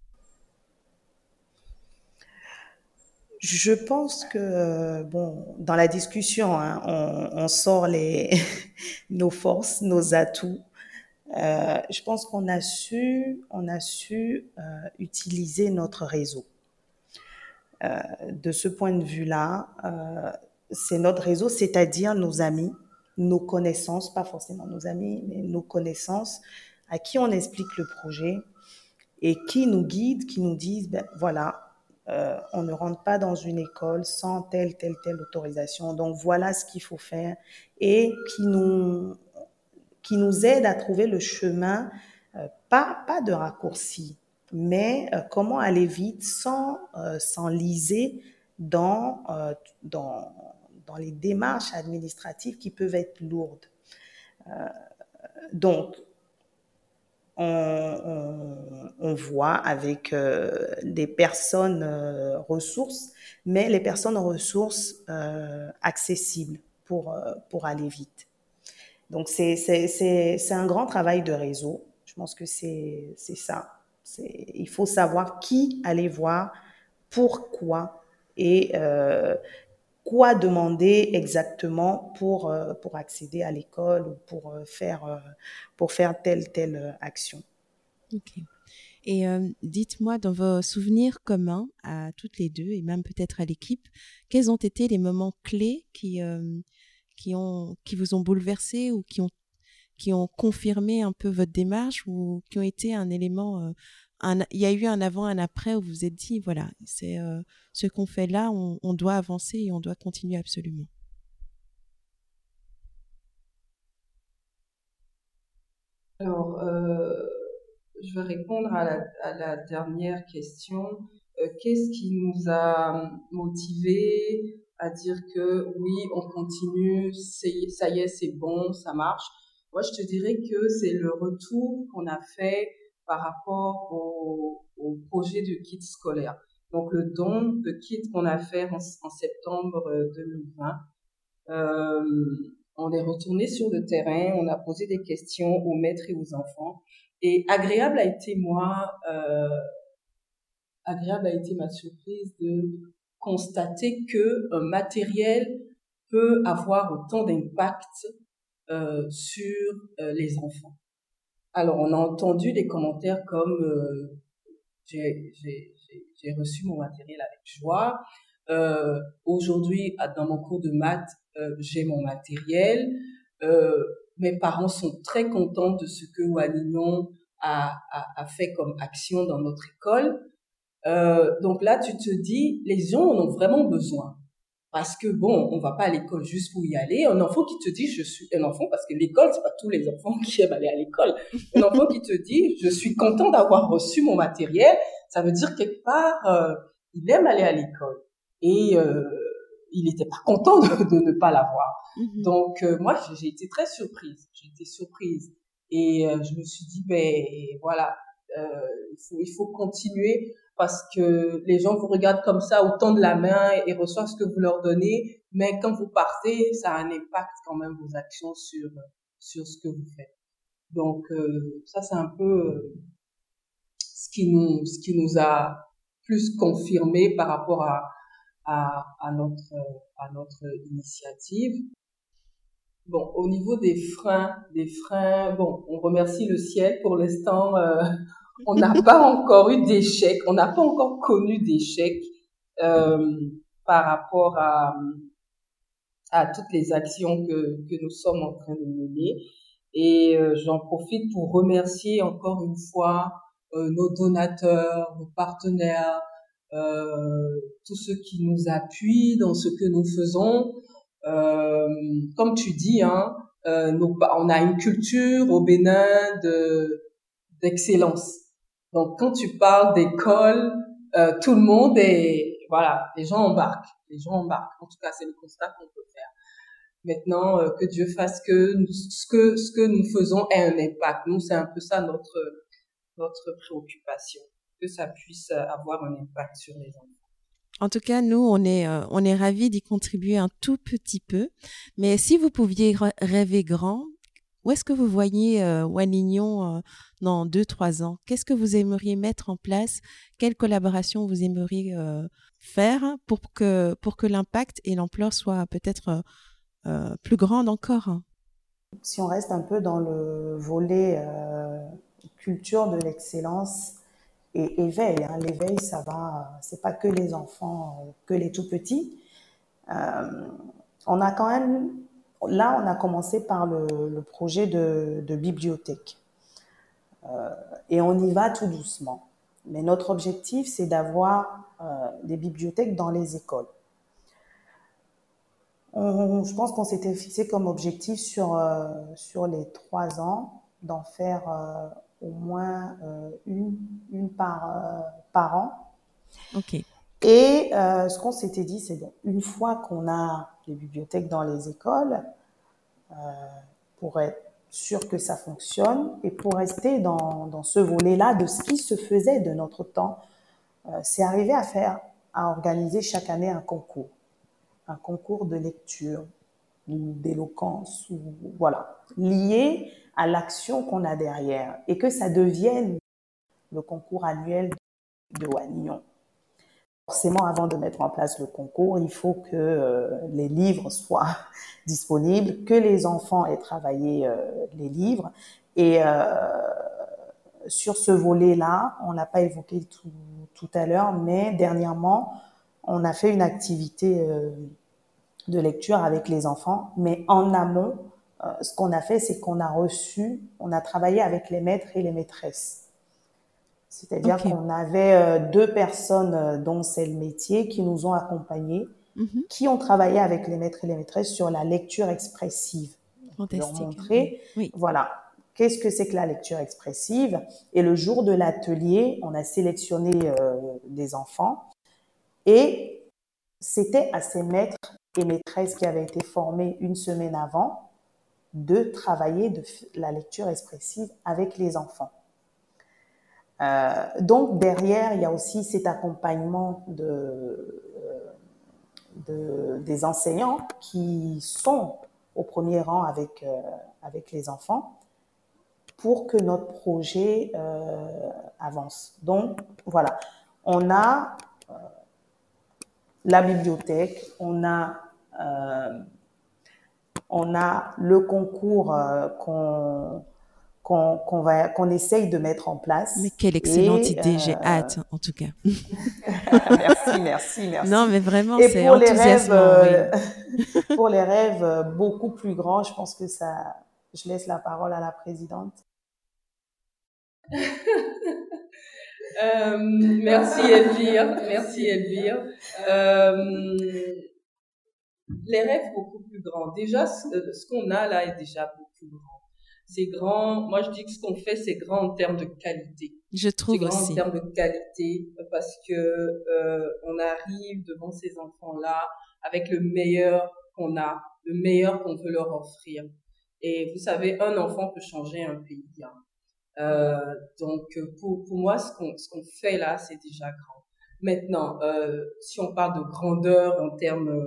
Je pense que, bon, dans la discussion, hein, on sort nos forces, nos atouts. Je pense on a su utiliser notre réseau. De ce point de vue-là, c'est notre réseau, c'est-à-dire nos amis, nos connaissances, pas forcément nos amis, mais nos connaissances, à qui on explique le projet et qui nous guident, qui nous disent, ben voilà, on ne rentre pas dans une école sans telle autorisation, donc voilà ce qu'il faut faire, et qui nous aident à trouver le chemin, pas de raccourci, mais comment aller vite sans s'enliser dans, dans les démarches administratives qui peuvent être lourdes. Donc, on voit avec des personnes ressources, mais les personnes ressources accessibles pour aller vite. Donc, c'est un grand travail de réseau. Je pense que c'est ça. Il faut savoir qui aller voir, pourquoi et quoi demander exactement pour accéder à l'école ou pour faire telle action. Ok. Et dites-moi, dans vos souvenirs communs à toutes les deux, et même peut-être à l'équipe, quels ont été les moments clés qui vous ont bouleversé ou qui ont confirmé un peu votre démarche ou qui ont été un élément, il y a eu un avant, un après où vous vous êtes dit, voilà, c'est ce qu'on fait là, on doit avancer et on doit continuer absolument. Alors, je vais répondre à la dernière question. Qu'est-ce qui nous a motivés à dire que oui, on continue, ça y est, c'est bon, ça marche? Moi, je te dirais que c'est le retour qu'on a fait par rapport au projet de kit scolaire. Donc, le don de kit qu'on a fait en septembre 2020. On est retourné sur le terrain, on a posé des questions aux maîtres et aux enfants. Et agréable a été ma surprise de constater que un matériel peut avoir autant d'impact sur les enfants. Alors, on a entendu des commentaires comme j'ai reçu mon matériel avec joie. Aujourd'hui, dans mon cours de maths, j'ai mon matériel. Mes parents sont très contents de ce que Wanignon a fait comme action dans notre école. Donc là, tu te dis, les gens en ont vraiment besoin. Parce que bon, on va pas à l'école juste pour y aller. Un enfant qui te dit, je suis un enfant, parce que l'école, c'est pas tous les enfants qui aiment aller à l'école. Un enfant qui te dit, je suis content d'avoir reçu mon matériel, ça veut dire quelque part, il aime aller à l'école. Et il était pas content de ne pas l'avoir. Mm-hmm. Donc moi, j'ai été très surprise. J'ai été surprise. Et je me suis dit, ben voilà, il faut continuer. Parce que les gens vous regardent comme ça, au temps de la main et reçoivent ce que vous leur donnez, mais quand vous partez, ça a un impact quand même vos actions sur ce que vous faites. Donc ça c'est un peu ce qui nous a plus confirmé par rapport à notre initiative. Bon, au niveau des freins, bon, on remercie le ciel pour l'instant. On n'a pas encore eu d'échec, on n'a pas encore connu d'échec par rapport à toutes les actions que nous sommes en train de mener. Et j'en profite pour remercier encore une fois nos donateurs, nos partenaires, tous ceux qui nous appuient dans ce que nous faisons. Comme tu dis, hein, on a une culture au Bénin d'excellence. Donc, quand tu parles d'école, tout le monde voilà, les gens embarquent. En tout cas, c'est le constat qu'on peut faire. Maintenant, que Dieu fasse que ce que nous faisons ait un impact. Nous, c'est un peu ça notre préoccupation. Que ça puisse avoir un impact sur les enfants. En tout cas, nous, on est ravis d'y contribuer un tout petit peu. Mais si vous pouviez rêver grand, où est-ce que vous voyez Wanignon dans 2-3 ans? Qu'est-ce que vous aimeriez mettre en place? Quelle collaboration vous aimeriez faire pour que l'impact et l'ampleur soient peut-être plus grandes encore? Si on reste un peu dans le volet culture de l'excellence et éveil, hein, l'éveil, ça va, c'est pas que les enfants, que les tout petits. On a quand même, là, on a commencé par le projet de bibliothèque. Et on y va tout doucement. Mais notre objectif, c'est d'avoir des bibliothèques dans les écoles. Je pense qu'on s'était fixé comme objectif sur les 3 ans d'en faire au moins une par an. Ok. Et ce qu'on s'était dit, c'est une fois qu'on a les bibliothèques dans les écoles, pour être sûr que ça fonctionne et pour rester dans ce volet-là de ce qui se faisait de notre temps, c'est arriver à organiser chaque année un concours de lecture ou d'éloquence, ou voilà, lié à l'action qu'on a derrière et que ça devienne le concours annuel de Wanignon. Forcément, avant de mettre en place le concours, il faut que les livres soient disponibles, que les enfants aient travaillé les livres. Et sur ce volet-là, on l'a pas évoqué tout à l'heure, mais dernièrement, on a fait une activité de lecture avec les enfants, mais en amont, ce qu'on a fait, c'est qu'on a travaillé avec les maîtres et les maîtresses. C'est-à-dire qu'on avait 2 personnes dont c'est le métier qui nous ont accompagnés, qui ont travaillé avec les maîtres et les maîtresses sur la lecture expressive. Leur montrer, voilà, qu'est-ce que c'est que la lecture expressive. Et le jour de l'atelier, on a sélectionné des enfants et c'était à ces maîtres et maîtresses qui avaient été formés une semaine avant de travailler la lecture expressive avec les enfants. Donc derrière, il y a aussi cet accompagnement des enseignants qui sont au premier rang avec les enfants pour que notre projet avance. Donc voilà, on a la bibliothèque, on a le concours qu'on essaye de mettre en place. Mais quelle excellente idée, j'ai hâte en tout cas. Merci. Non, mais vraiment, et c'est enthousiasmant. Pour les rêves beaucoup plus grands, je pense que je laisse la parole à la présidente. Merci Elvire. Les rêves beaucoup plus grands. Déjà, ce qu'on a là est déjà beaucoup grand. C'est grand. Moi, je dis que ce qu'on fait, c'est grand en termes de qualité. Je trouve aussi. C'est grand en termes de qualité parce que on arrive devant ces enfants-là avec le meilleur qu'on a, le meilleur qu'on veut leur offrir. Et vous savez, un enfant peut changer un pays. Donc, pour moi, ce qu'on fait là, c'est déjà grand. Maintenant, si on parle de grandeur en termes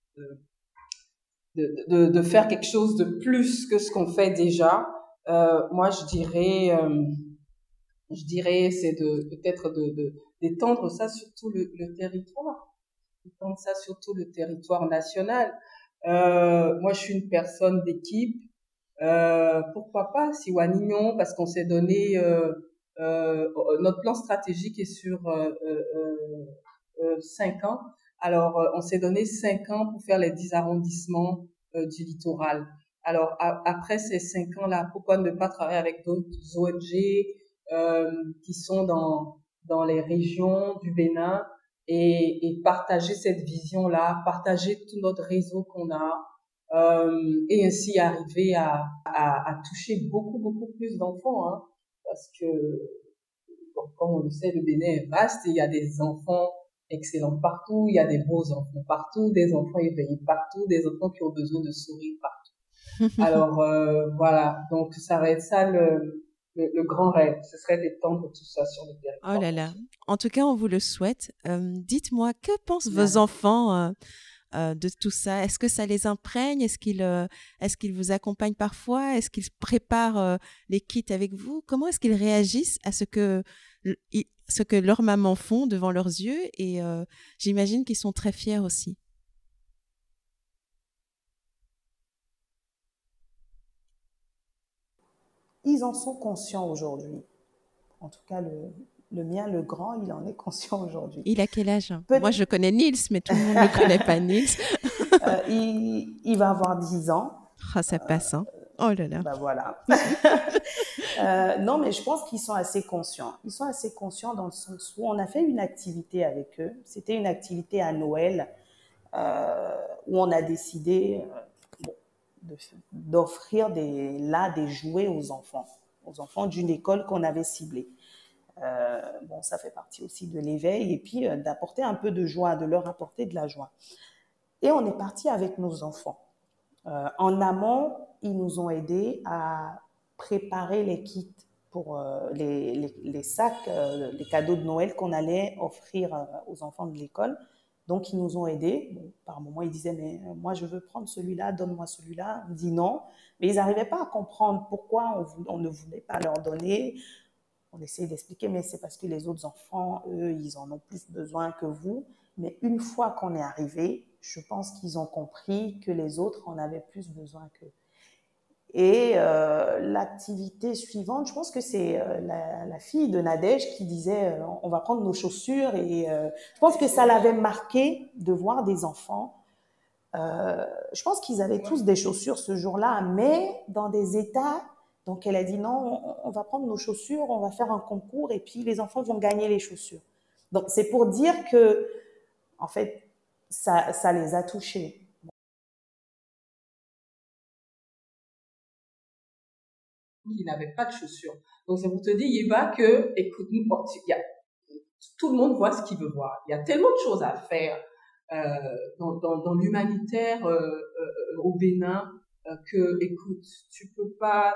de faire quelque chose de plus que ce qu'on fait déjà, moi je dirais c'est peut-être d'étendre ça sur tout le territoire, d'étendre ça sur tout le territoire national. Moi je suis une personne d'équipe, pourquoi pas Siwanignon, parce qu'on s'est donné notre plan stratégique est sur 5 ans. Alors, on s'est donné 5 ans pour faire les 10 arrondissements du littoral. Alors, après ces 5 ans-là, pourquoi ne pas travailler avec d'autres ONG qui sont dans les régions du Bénin et partager cette vision-là, partager tout notre réseau qu'on a et ainsi arriver à toucher beaucoup plus d'enfants, hein, parce que, bon, comme on le sait, le Bénin est vaste et il y a des enfants excellents partout, il y a des beaux enfants partout, des enfants éveillés partout, des enfants qui ont besoin de sourire partout. Alors voilà, donc ça va être ça le grand rêve, ce serait d'étendre tout ça sur le territoire. Oh là là, en tout cas on vous le souhaite. Dites-moi, que pensent vos enfants de tout ça? Est-ce que ça les imprègne? Est-ce qu'ils vous accompagnent parfois? Est-ce qu'ils préparent les kits avec vous? Comment est-ce qu'ils réagissent à ce que leurs mamans font devant leurs yeux? Et j'imagine qu'ils sont très fiers aussi. Ils en sont conscients aujourd'hui. En tout cas, le mien, le grand, il en est conscient aujourd'hui. Il a quel âge? Moi, je connais Nils, mais tout le monde ne connaît pas Nils. Il va avoir 10 ans. Oh, ça passe, hein? Oh là là. Ben voilà. Non, mais je pense qu'ils sont assez conscients. Ils sont assez conscients dans le sens où on a fait une activité avec eux. C'était une activité à Noël où on a décidé d'offrir des jouets aux enfants d'une école qu'on avait ciblée. Bon, ça fait partie aussi de l'éveil et puis d'apporter un peu de joie, de leur apporter de la joie. Et on est parti avec nos enfants. En amont, ils nous ont aidés à préparer les kits pour les sacs, les cadeaux de Noël qu'on allait offrir aux enfants de l'école. Donc, ils nous ont aidés. Bon, par moments, ils disaient, mais moi, je veux prendre celui-là, donne-moi celui-là. On dit non. Mais ils n'arrivaient pas à comprendre pourquoi on ne voulait pas leur donner. On essayait d'expliquer, mais c'est parce que les autres enfants, eux, ils en ont plus besoin que vous. Mais une fois qu'on est arrivé, je pense qu'ils ont compris que les autres en avaient plus besoin qu'eux. Et l'activité suivante, je pense que c'est la fille de Nadège qui disait on va prendre nos chaussures. Et je pense que ça l'avait marqué de voir des enfants. Je pense qu'ils avaient tous des chaussures ce jour-là, mais dans des états. Donc elle a dit non, on va prendre nos chaussures, on va faire un concours et puis les enfants vont gagner les chaussures. Donc c'est pour dire que, en fait, ça les a touchés. Qui n'avait pas de chaussures. Donc, c'est pour te dire, Yéba, que, écoute, tout le monde voit ce qu'il veut voir. Il y a tellement de choses à faire dans l'humanitaire au Bénin que, écoute, tu peux pas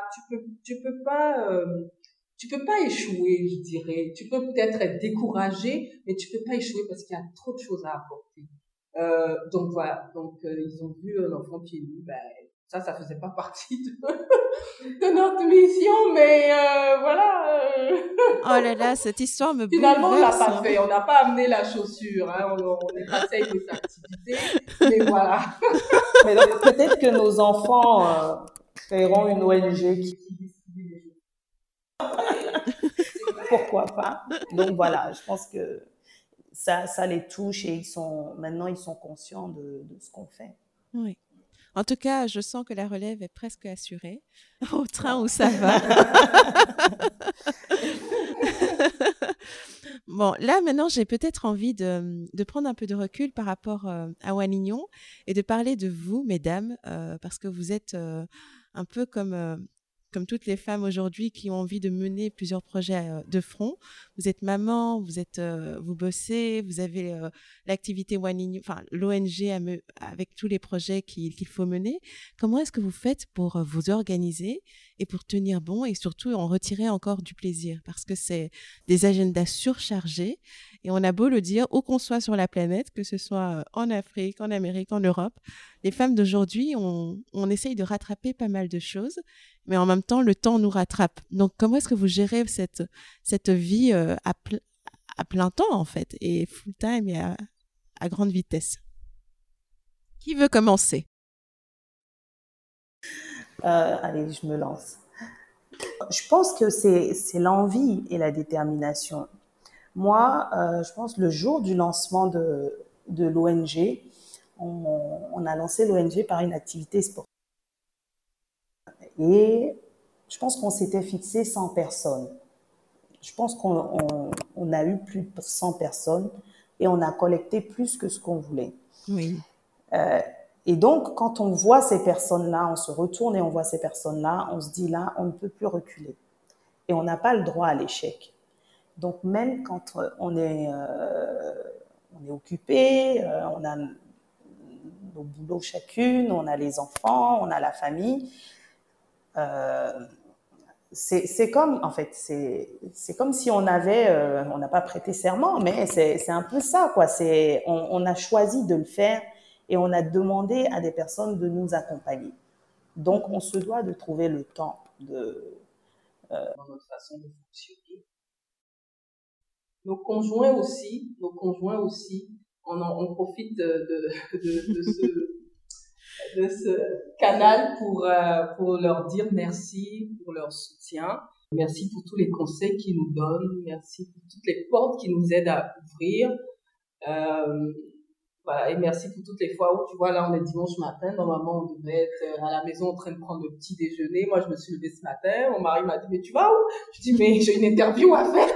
échouer, je dirais. Tu peux peut-être être découragé, mais tu peux pas échouer parce qu'il y a trop de choses à apporter. Donc voilà, ils ont vu l'enfant pieds nus, ça faisait pas partie de notre mission, mais voilà. Oh là là, cette histoire me Finalement, on l'a bouleverse. pas fait, on n'a pas amené la chaussure, hein. On est passé avec des activités, mais voilà. Mais donc, peut-être que nos enfants créeront une ONG qui... Pourquoi pas? Donc voilà, je pense que ça les touche et maintenant ils sont conscients de ce qu'on fait. Oui. En tout cas, je sens que la relève est presque assurée au train où ça va. Bon, là, maintenant, j'ai peut-être envie de prendre un peu de recul par rapport à Wanignon et de parler de vous, mesdames, parce que vous êtes un peu comme toutes les femmes aujourd'hui qui ont envie de mener plusieurs projets de front. Vous êtes maman, vous bossez, vous avez l'activité Wanignon, enfin l'ONG avec tous les projets qu'il faut mener. Comment est-ce que vous faites pour vous organiser et pour tenir bon et surtout en retirer encore du plaisir? Parce que c'est des agendas surchargés et on a beau le dire, où qu'on soit sur la planète, que ce soit en Afrique, en Amérique, en Europe, les femmes d'aujourd'hui, on essaye de rattraper pas mal de choses, mais en même temps, le temps nous rattrape. Donc, comment est-ce que vous gérez cette vie à plein temps, en fait, et full-time et à grande vitesse? Qui veut commencer? Allez, je me lance. Je pense que c'est l'envie et la détermination. Moi, je pense le jour du lancement de l'ONG, on a lancé l'ONG par une activité sportive. Et je pense qu'on s'était fixé 100 personnes. Je pense qu'on a eu plus de 100 personnes et on a collecté plus que ce qu'on voulait. Oui. Et donc, quand on voit ces personnes-là, on se retourne et on voit ces personnes-là, on se dit là, on ne peut plus reculer. Et on n'a pas le droit à l'échec. Donc, même quand on est occupé, on a nos boulots chacune, on a les enfants, on a la famille, c'est comme, en fait, c'est comme si on avait, on n'a pas prêté serment, mais c'est un peu ça, quoi. On a choisi de le faire et on a demandé à des personnes de nous accompagner. Donc, on se doit de trouver le temps dans notre façon de fonctionner. Nos conjoints aussi, on profite de ce canal pour leur dire merci pour leur soutien. Merci pour tous les conseils qu'ils nous donnent. Merci pour toutes les portes qui nous aident à ouvrir. Voilà, et merci pour toutes les fois où, tu vois, là, on est dimanche matin. Normalement, on devait être à la maison en train de prendre le petit déjeuner. Moi, je me suis levée ce matin. Mon mari m'a dit, mais tu vas où? Je dis, mais j'ai une interview à faire.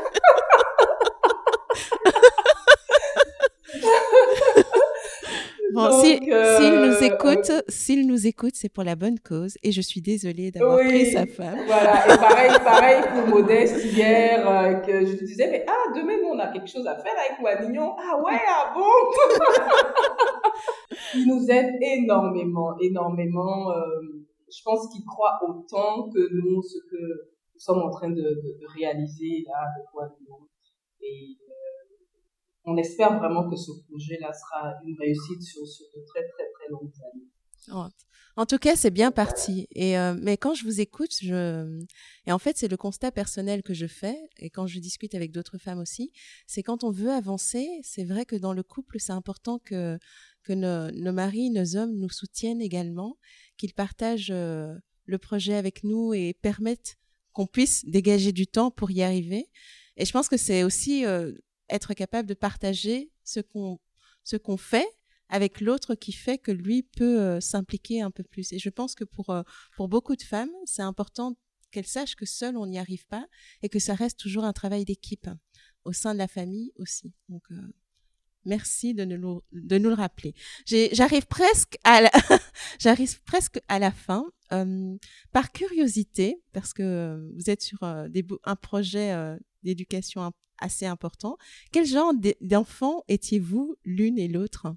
Bon, s'il nous écoute, c'est pour la bonne cause. Et je suis désolée d'avoir pris sa femme. Voilà. Et pareil pour Modeste hier, que je lui disais, mais demain, nous, on a quelque chose à faire avec Wanignon. Ah ouais, ah bon? Il nous aide énormément. Je pense qu'il croit autant que nous, ce que nous sommes en train de réaliser là avec Wanignon. Et on espère vraiment que ce projet-là sera une réussite sur de très, très, très longues années. En tout cas, c'est bien parti. Mais quand je vous écoute, et en fait, c'est le constat personnel que je fais, et quand je discute avec d'autres femmes aussi, c'est quand on veut avancer, c'est vrai que dans le couple, c'est important que nos maris, nos hommes nous soutiennent également, qu'ils partagent le projet avec nous et permettent qu'on puisse dégager du temps pour y arriver. Et je pense que c'est aussi être capable de partager ce qu'on fait avec l'autre qui fait que lui peut s'impliquer un peu plus. Et je pense que pour beaucoup de femmes, c'est important qu'elles sachent que seules, on n'y arrive pas et que ça reste toujours un travail d'équipe au sein de la famille aussi. Donc, merci de nous le rappeler. J'arrive presque à la fin. Par curiosité, parce que vous êtes sur un projet d'éducation assez important, quel genre d'enfant étiez-vous l'une et l'autre?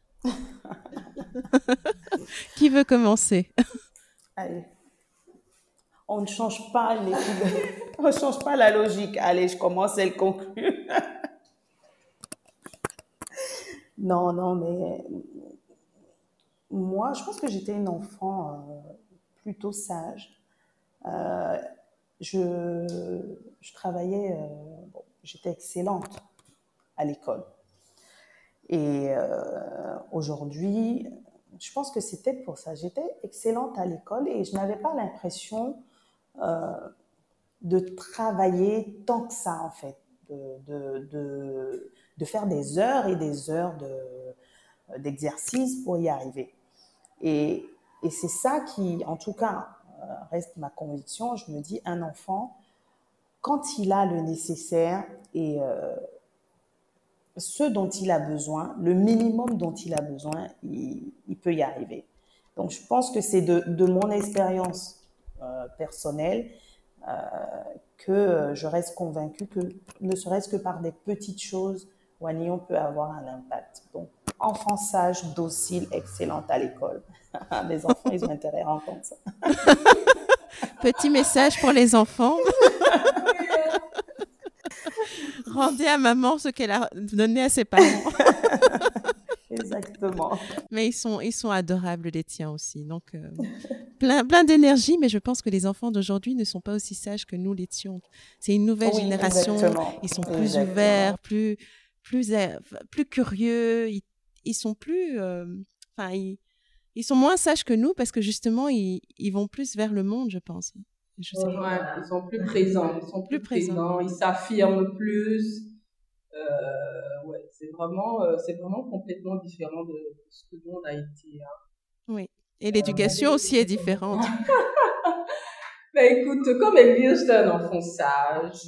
Qui veut commencer? Allez. On ne change pas on ne change pas la logique. Allez, je commence, elle conclut. Non, mais moi, je pense que j'étais une enfant plutôt sage. Je travaillais, j'étais excellente à l'école. Et aujourd'hui, je pense que c'était pour ça. J'étais excellente à l'école et je n'avais pas l'impression de travailler tant que ça, en fait, de faire des heures et des heures d'exercice pour y arriver. Et c'est ça qui, en tout cas, reste ma conviction. Je me dis, un enfant, quand il a le nécessaire et ce dont il a besoin, le minimum dont il a besoin, il peut y arriver. Donc, je pense que c'est de mon expérience personnelle que je reste convaincue que ne serait-ce que par des petites choses, Wani, on peut avoir un impact. Donc, enfant sage, docile, excellente à l'école. Les enfants, ils ont intérêt à entendre ça. Petit message pour les enfants. Rendez à maman ce qu'elle a donné à ses parents. Exactement. Mais ils sont adorables, les tiens aussi. Donc, plein d'énergie, mais je pense que les enfants d'aujourd'hui ne sont pas aussi sages que nous l'étions. C'est une nouvelle génération. Exactement. Ils sont plus ouverts, plus curieux. Ils sont plus... ils sont moins sages que nous parce que justement, ils vont plus vers le monde, je pense. Je sais pas. Ils sont plus présents. Ils sont plus présents. Ils s'affirment plus. Ouais, c'est vraiment complètement différent de ce que nous on a été. Hein. Oui. Et l'éducation aussi est différente. Ben écoute, comme Elvire, j'étais un enfant sage.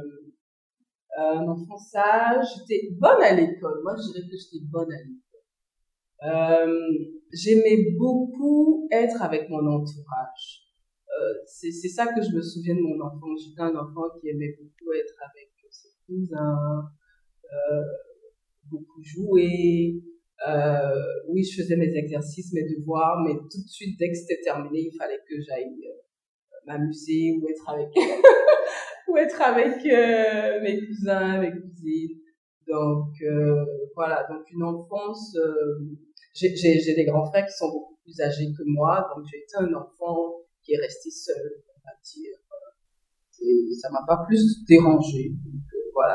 J'étais bonne à l'école. Moi, je dirais que j'étais bonne à l'école. J'aimais beaucoup être avec mon entourage. C'est ça que je me souviens de mon enfance. J'étais un enfant qui aimait beaucoup être avec ses cousins, beaucoup jouer. Oui, je faisais mes exercices, mes devoirs, mais tout de suite, dès que c'était terminé, il fallait que j'aille m'amuser ou être avec mes cousins, mes cousines. Donc voilà, donc une enfance. J'ai des grands frères qui sont beaucoup plus âgés que moi, donc j'ai été un enfant qui est resté seul, on va dire. Et ça m'a pas plus dérangé. Donc voilà.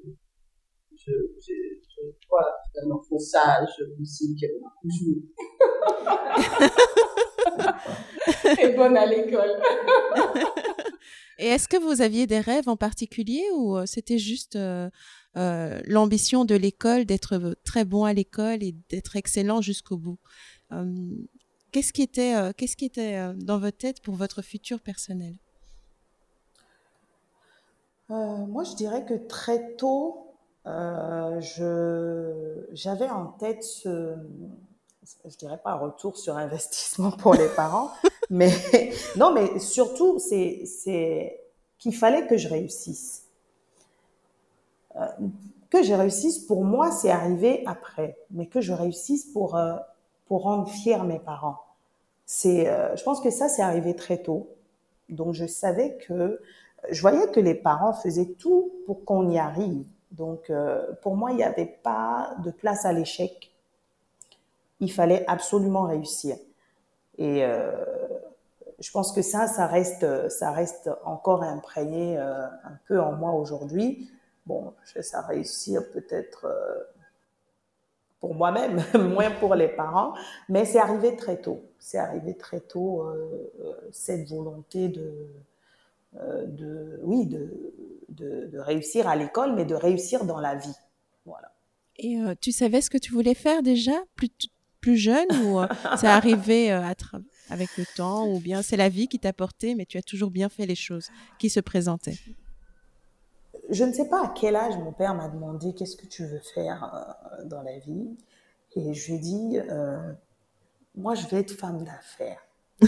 Voilà, un enfant sage aussi qui aime beaucoup jouer. Et bonne à l'école. Et est-ce que vous aviez des rêves en particulier ou c'était juste l'ambition de l'école d'être très bon à l'école et d'être excellent jusqu'au bout? Qu'est-ce qui était dans votre tête pour votre futur personnel? Moi, je dirais que très tôt, j'avais en tête je dirais pas retour sur investissement pour les parents, mais non, mais surtout, c'est qu'il fallait que je réussisse. Que je réussisse, pour moi, c'est arrivé après, mais que je réussisse pour rendre fiers mes parents. Je pense que ça, c'est arrivé très tôt. Donc, je voyais que les parents faisaient tout pour qu'on y arrive. Donc, pour moi, il n'y avait pas de place à l'échec. Il fallait absolument réussir. Et je pense que ça reste encore imprégné un peu en moi aujourd'hui. Bon, je fais ça réussir peut-être pour moi-même, moins pour les parents, mais c'est arrivé très tôt. C'est arrivé très tôt, cette volonté oui, de réussir à l'école, mais de réussir dans la vie. Voilà. Et tu savais ce que tu voulais faire déjà, plus jeune, ou c'est arrivé avec le temps, ou bien c'est la vie qui t'a porté, mais tu as toujours bien fait les choses qui se présentaient? Je ne sais pas à quel âge mon père m'a demandé qu'est-ce que tu veux faire dans la vie. Et je lui ai dit, moi, je vais être femme d'affaires.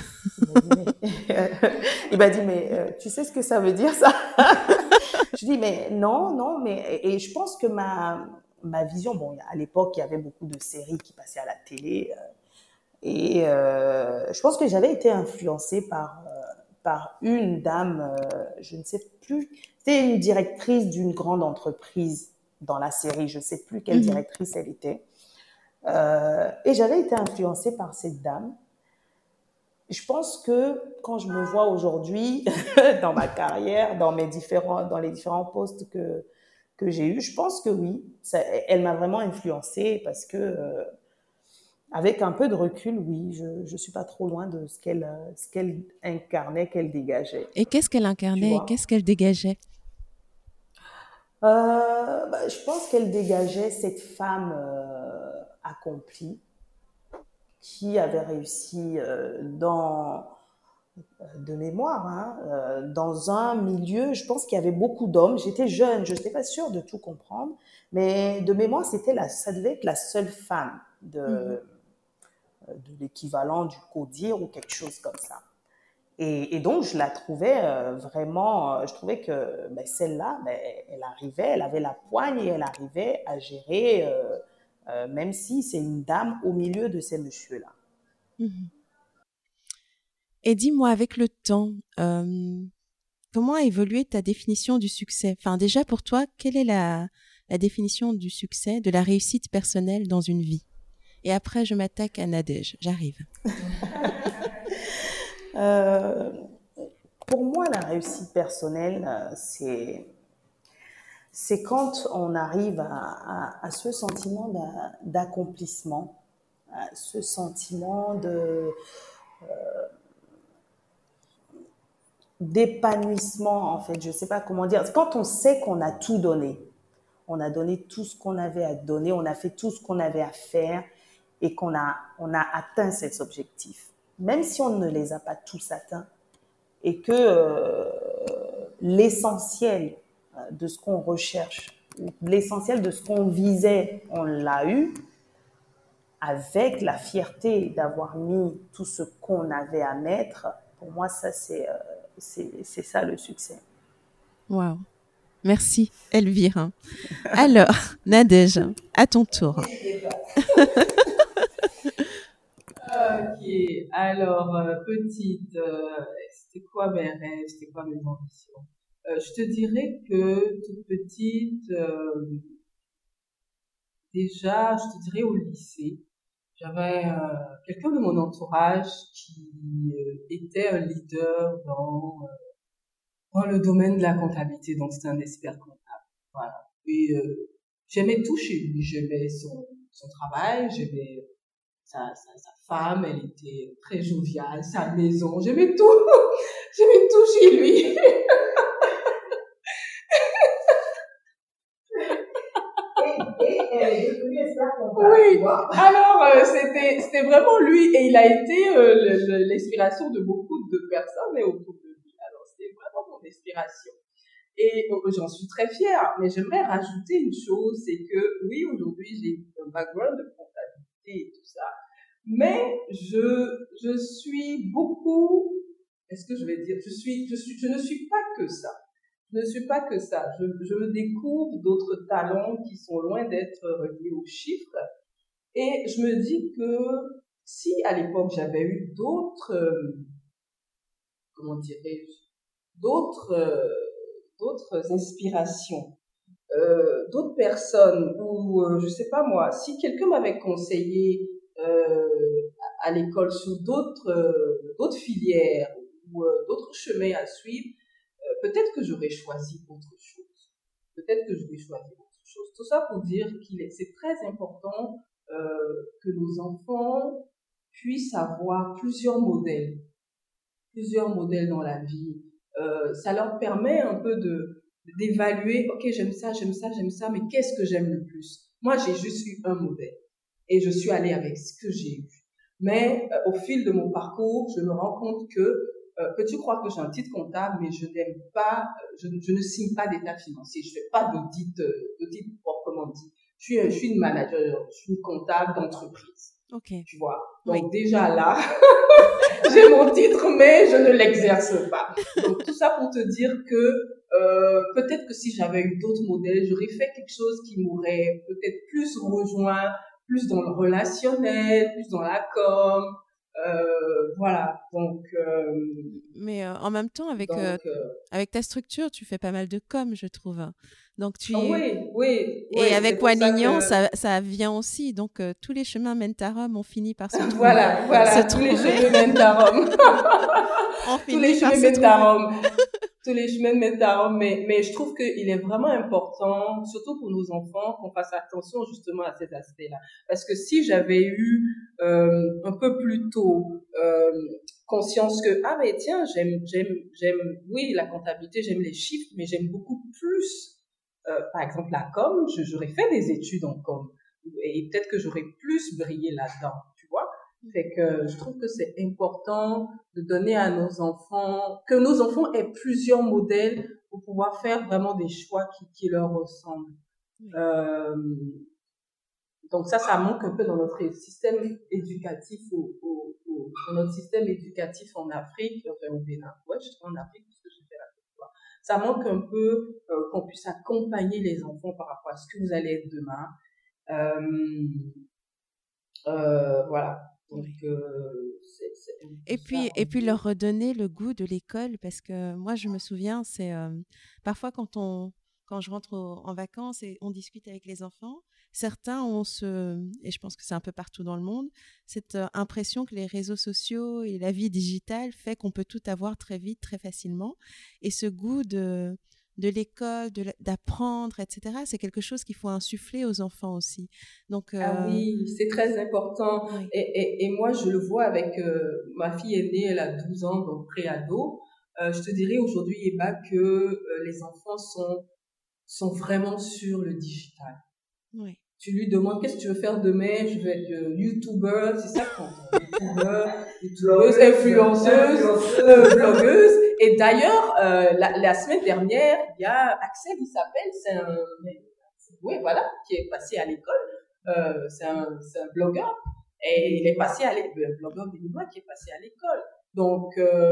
Il m'a dit, mais tu sais ce que ça veut dire, ça? Je dis, mais non, non, mais et je pense que ma vision, bon, à l'époque, il y avait beaucoup de séries qui passaient à la télé, et je pense que j'avais été influencée par une dame, je ne sais plus, c'était une directrice d'une grande entreprise dans la série, je ne sais plus quelle directrice elle était, et j'avais été influencée par cette dame. Je pense que quand je me vois aujourd'hui dans ma carrière, dans les différents postes que j'ai eus, je pense que oui, elle m'a vraiment influencée parce que avec un peu de recul, oui, je suis pas trop loin de ce qu'elle incarnait, qu'elle dégageait. Et qu'est-ce qu'elle Tu incarnait? vois? Qu'est-ce qu'elle dégageait? Je pense qu'elle dégageait cette femme accomplie qui avait réussi de mémoire, hein, dans un milieu, je pense qu'il y avait beaucoup d'hommes. J'étais jeune, je n'étais pas sûre de tout comprendre, mais de mémoire, ça devait être la seule femme Mhm. de l'équivalent du CODIR ou quelque chose comme ça. Et donc, je la trouvais vraiment, je trouvais que celle-là, elle arrivait, elle avait la poigne et elle arrivait à gérer, même si c'est une dame au milieu de ces messieurs-là. Mhm. Et dis-moi, avec le temps, comment a évolué ta définition du succès? Enfin, déjà pour toi, quelle est la définition du succès, de la réussite personnelle dans une vie? Et après, je m'attaque à Nadège. J'arrive. Euh, pour moi, la réussite personnelle, c'est quand on arrive à ce sentiment d'accomplissement, à ce sentiment d'épanouissement, en fait. Je ne sais pas comment dire. C'est quand on sait qu'on a tout donné. On a donné tout ce qu'on avait à donner, on a fait tout ce qu'on avait à faire et on a atteint ces objectifs. Même si on ne les a pas tous atteints et que l'essentiel de ce qu'on recherche, l'essentiel de ce qu'on visait, on l'a eu, avec la fierté d'avoir mis tout ce qu'on avait à mettre. Pour moi, ça, c'est ça le succès. Waouh. Merci, Elvire. Alors, Nadège, à ton tour. Ok, alors, petite, c'était quoi mes rêves, c'était quoi mes ambitions? Je te dirais que toute petite, déjà, je te dirais au lycée, j'avais quelqu'un de mon entourage qui était un leader dans le domaine de la comptabilité, donc c'était un expert comptable. Voilà. Et j'aimais tout chez lui, j'aimais son travail, j'aimais sa femme, elle était très joviale, sa maison, j'aimais tout, j'aimais tout chez lui. Et elle est devenue expert comptable. Oui, alors c'était vraiment lui et il a été l'inspiration de beaucoup de personnes et autour de lui. Alors c'était vraiment mon inspiration. Et j'en suis très fière, mais j'aimerais rajouter une chose, c'est que oui, aujourd'hui j'ai un background de comptabilité et tout ça, mais je suis beaucoup, est-ce que je vais dire, je ne suis pas que ça. Je ne suis pas que ça. Je me découvre d'autres talents qui sont loin d'être reliés aux chiffres. Et je me dis que si à l'époque j'avais eu d'autres, comment dirais-je, d'autres, d'autres inspirations, d'autres personnes, ou je sais pas moi, si quelqu'un m'avait conseillé à l'école sur d'autres filières ou d'autres chemins à suivre, peut-être que j'aurais choisi autre chose. Peut-être que j'aurais choisi autre chose. Tout ça pour dire c'est très important que nos enfants puissent avoir plusieurs modèles dans la vie. Ça leur permet un peu d'évaluer, ok, j'aime ça, mais qu'est-ce que j'aime le plus? Moi, j'ai juste eu un modèle et je suis allée avec ce que j'ai eu. Mais au fil de mon parcours, je me rends compte que peux-tu croire que j'ai un titre comptable, mais je n'aime pas, je ne signe pas d'état financier, je fais pas d'audit proprement dit. Je suis une manager, je suis une comptable d'entreprise. Ok. Tu vois. Donc déjà là, j'ai mon titre, mais je ne l'exerce pas. Donc tout ça pour te dire que peut-être que si j'avais eu d'autres modèles, j'aurais fait quelque chose qui m'aurait peut-être plus rejoint, plus dans le relationnel, plus dans la com. Voilà. Donc. Mais en même temps, avec ta structure, tu fais pas mal de com, je trouve. Donc oui. Et avec Wanignan, ça vient aussi. Donc tous les chemins mènent à Rome. On finit par se trouver. Voilà. Tous les chemins mènent à Rome. Tous les chemins mènent à Rome. Tous les chemins mènent à Rome. Mais je trouve qu'il est vraiment important, surtout pour nos enfants, qu'on fasse attention justement à cet aspect-là. Parce que si j'avais eu un peu plus tôt conscience que mais tiens, j'aime oui, la comptabilité, j'aime les chiffres, mais j'aime beaucoup plus par exemple la com, j'aurais fait des études en com et peut-être que j'aurais plus brillé là-dedans, tu vois. Fait que je trouve que c'est important de donner à nos enfants, que nos enfants aient plusieurs modèles pour pouvoir faire vraiment des choix qui leur ressemblent. Donc ça manque un peu dans notre système éducatif dans notre système éducatif en Afrique, enfin au Bénin. Ouais, je suis en Afrique parce que je fais la côte. Ça manque un peu qu'on puisse accompagner les enfants par rapport à ce que vous allez être demain. Voilà. Donc et puis leur redonner le goût de l'école, parce que moi je me souviens, c'est parfois quand je rentre en vacances et on discute avec les enfants, certains et je pense que c'est un peu partout dans le monde, cette impression que les réseaux sociaux et la vie digitale fait qu'on peut tout avoir très vite, très facilement. Et ce goût de l'école, d'apprendre, etc., c'est quelque chose qu'il faut insuffler aux enfants aussi. Donc, oui, c'est très important. Oui. Et moi, je le vois avec ma fille aînée, elle a 12 ans, donc pré-ado. Je te dirais aujourd'hui, Eba, que les enfants sont vraiment sur le digital. Oui. Tu lui demandes qu'est-ce que tu veux faire demain, je vais être YouTuber, c'est ça qu'on YouTubeuse, influenceuse, blogueuse. Et d'ailleurs, la semaine dernière, il y a Axel, il s'appelle, qui est passé à l'école. C'est un blogueur et il est passé à l'école, un blogueur béninois qui est passé à l'école. Donc,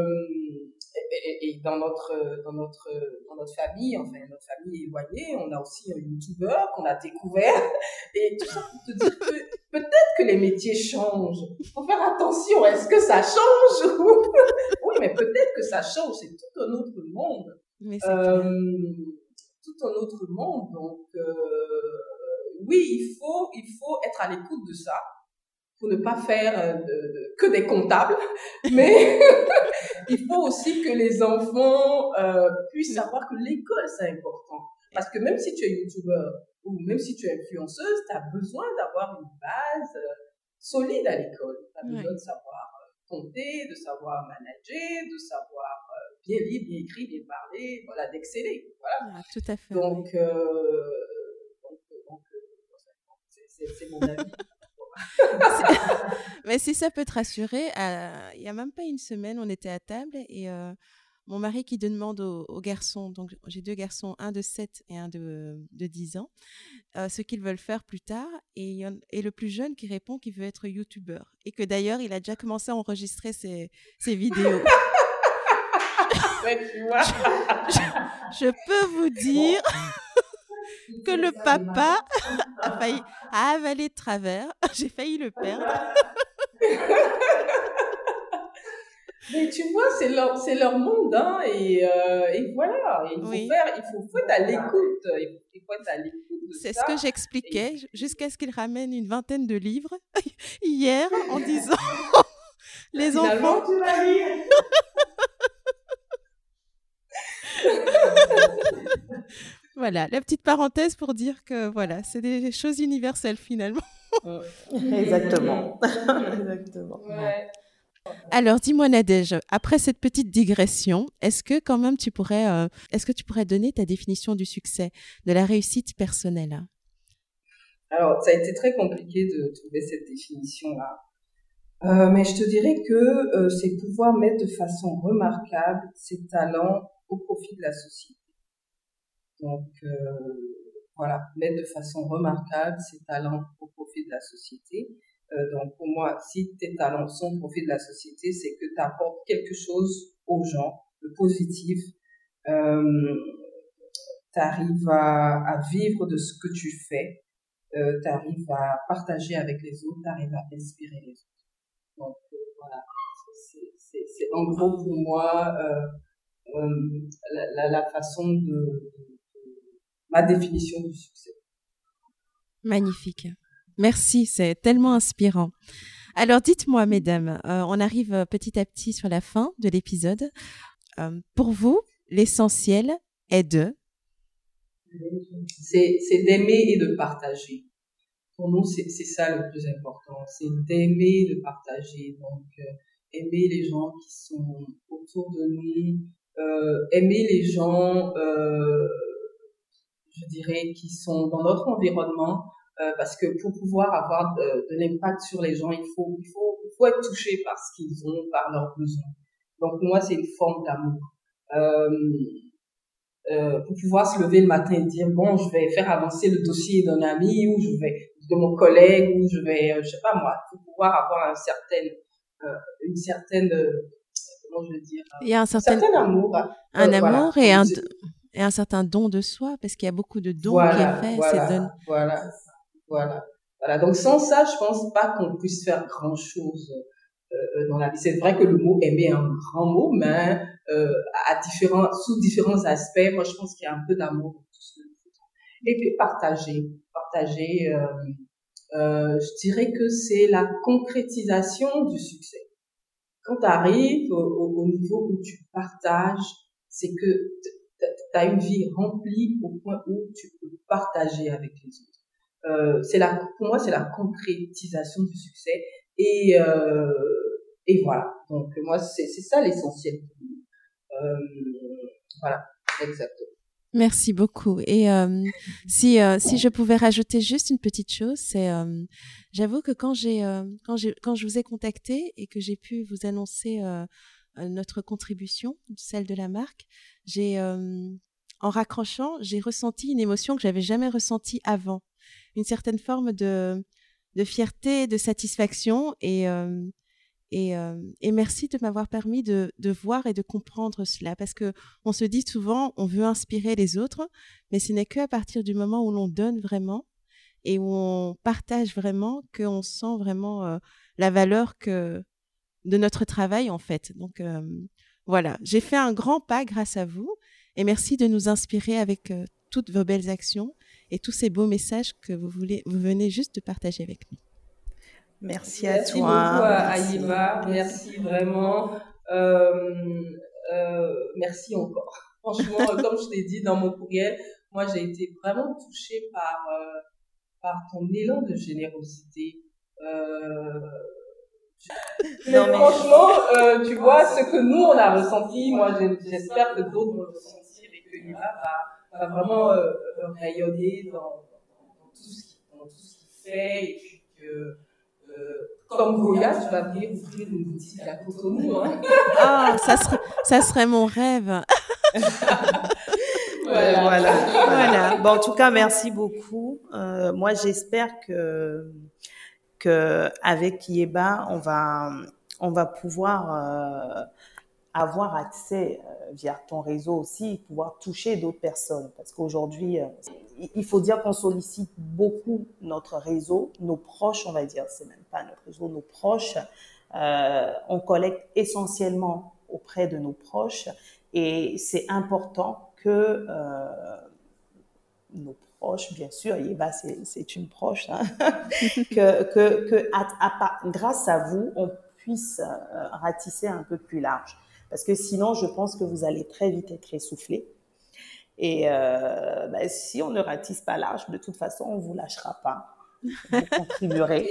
et dans notre famille, enfin notre famille éloignée, on a aussi un YouTuber qu'on a découvert, et tout ça pour te dire que peut-être que les métiers changent. Faut faire attention, est-ce que ça change? Oui, mais peut-être que ça change, c'est tout un autre monde. Mais c'est clair. Tout un autre monde, donc oui, il faut être à l'écoute de ça, pour ne pas faire que des comptables, mais il faut aussi que les enfants puissent savoir que l'école, c'est important. Parce que même si tu es youtubeur ou même si tu es influenceuse, tu as besoin d'avoir une base solide à l'école. Tu as besoin de savoir compter, de savoir manager, de savoir bien lire, bien écrire, bien parler, voilà, d'exceller. Voilà. Tout à fait. Donc c'est mon avis. Mais si ça peut te rassurer, il n'y a même pas une semaine, on était à table et mon mari qui demande aux garçons, donc j'ai 2 garçons, un de 7 et un de 10 ans, ce qu'ils veulent faire plus tard, et le plus jeune qui répond qu'il veut être youtubeur et que d'ailleurs il a déjà commencé à enregistrer ses vidéos. Je peux vous dire que le papa a avalé de travers. J'ai failli le perdre. Mais tu vois, c'est leur monde, hein, et voilà. Il faut être à l'écoute. Il faut être à l'écoute de c'est ça. Ce que j'expliquais jusqu'à ce qu'il ramène une vingtaine de livres hier en disant les Finalement, enfants. Tu vas lire. Voilà, la petite parenthèse pour dire que voilà, c'est des choses universelles finalement. Exactement. Exactement. Ouais. Alors, dis-moi Nadège, après cette petite digression, est-ce que quand même est-ce que tu pourrais donner ta définition du succès, de la réussite personnelle? Alors, ça a été très compliqué de trouver cette définition-là. Mais je te dirais que c'est pouvoir mettre de façon remarquable ses talents au profit de la société. Donc, voilà, mettre de façon remarquable ses talents au profit de la société. Donc, pour moi, si tes talents sont au profit de la société, c'est que tu apportes quelque chose aux gens, de positif. Tu arrives à vivre de ce que tu fais. Tu arrives à partager avec les autres, tu arrives à inspirer les autres. Donc, voilà, c'est en gros pour moi la façon de ma définition du succès. Magnifique. Merci, c'est tellement inspirant. Alors dites-moi, mesdames, on arrive petit à petit sur la fin de l'épisode. Pour vous, l'essentiel est c'est d'aimer et de partager. Pour nous, c'est ça le plus important. C'est d'aimer et de partager. Donc, aimer les gens qui sont autour de nous, aimer les gens, je dirais, qui sont dans notre environnement, parce que pour pouvoir avoir de l'impact sur les gens, il faut être touché par ce qu'ils ont, par leurs besoins. Donc, moi, c'est une forme d'amour. Pour pouvoir se lever le matin et dire, bon, je vais faire avancer le dossier d'un ami, ou de mon collègue, ou je sais pas moi, pour pouvoir avoir une certaine, comment je veux dire, Il y a un certain amour. Un voilà. amour et un certain don de soi, parce qu'il y a beaucoup de dons qui est fait. Voilà. Donc, sans ça, je pense pas qu'on puisse faire grand chose dans la vie. C'est vrai que le mot aimer est un grand mot, mais sous différents aspects, moi je pense qu'il y a un peu d'amour dans tout ce que nous faisons. Et puis partager, je dirais que c'est la concrétisation du succès. Quand tu arrives au niveau où tu partages, c'est que tu as une vie remplie au point où tu peux partager avec les autres. Pour moi, c'est la concrétisation du succès. Et voilà. Donc, moi, c'est ça l'essentiel. Voilà, exactement. Merci beaucoup. Et si je pouvais rajouter juste une petite chose, c'est j'avoue que quand je vous ai contacté et que j'ai pu vous annoncer notre contribution, celle de la marque, en raccrochant, j'ai ressenti une émotion que j'avais jamais ressentie avant, une certaine forme de fierté, de satisfaction et merci de m'avoir permis de voir et de comprendre cela, parce que on se dit souvent on veut inspirer les autres, mais ce n'est qu'à partir du moment où l'on donne vraiment et où on partage vraiment qu'on sent vraiment la valeur de notre travail en fait. Donc voilà, j'ai fait un grand pas grâce à vous et merci de nous inspirer avec toutes vos belles actions et tous ces beaux messages que vous venez juste de partager avec nous. Merci à toi. Merci beaucoup à Ayiba. Merci vraiment. Merci encore. Franchement, comme je t'ai dit dans mon courriel, moi j'ai été vraiment touchée par ton élan de générosité. Franchement, tu vois, ce que nous on a ressenti, moi j'espère que d'autres vont le ressentir et que Ayiba va vraiment rayonner dans tout ce qu'il fait et puis que comme Goya, tu vas venir ouvrir une boutique à Cotonou. Hein. Ah, ça serait mon rêve. Voilà. Bon, en tout cas, merci beaucoup. Moi, j'espère que avec Yeba, on va pouvoir avoir accès via ton réseau aussi, pouvoir toucher d'autres personnes. Parce qu'aujourd'hui, il faut dire qu'on sollicite beaucoup notre réseau, nos proches, on va dire, c'est même pas notre réseau, nos proches. On collecte essentiellement auprès de nos proches et c'est important que nos proches, bien sûr, Yeba, c'est une proche, hein, grâce à vous, on puisse ratisser un peu plus large. Parce que sinon, je pense que vous allez très vite être essoufflés. Et si on ne ratisse pas large, de toute façon, on ne vous lâchera pas. Vous contribuerez.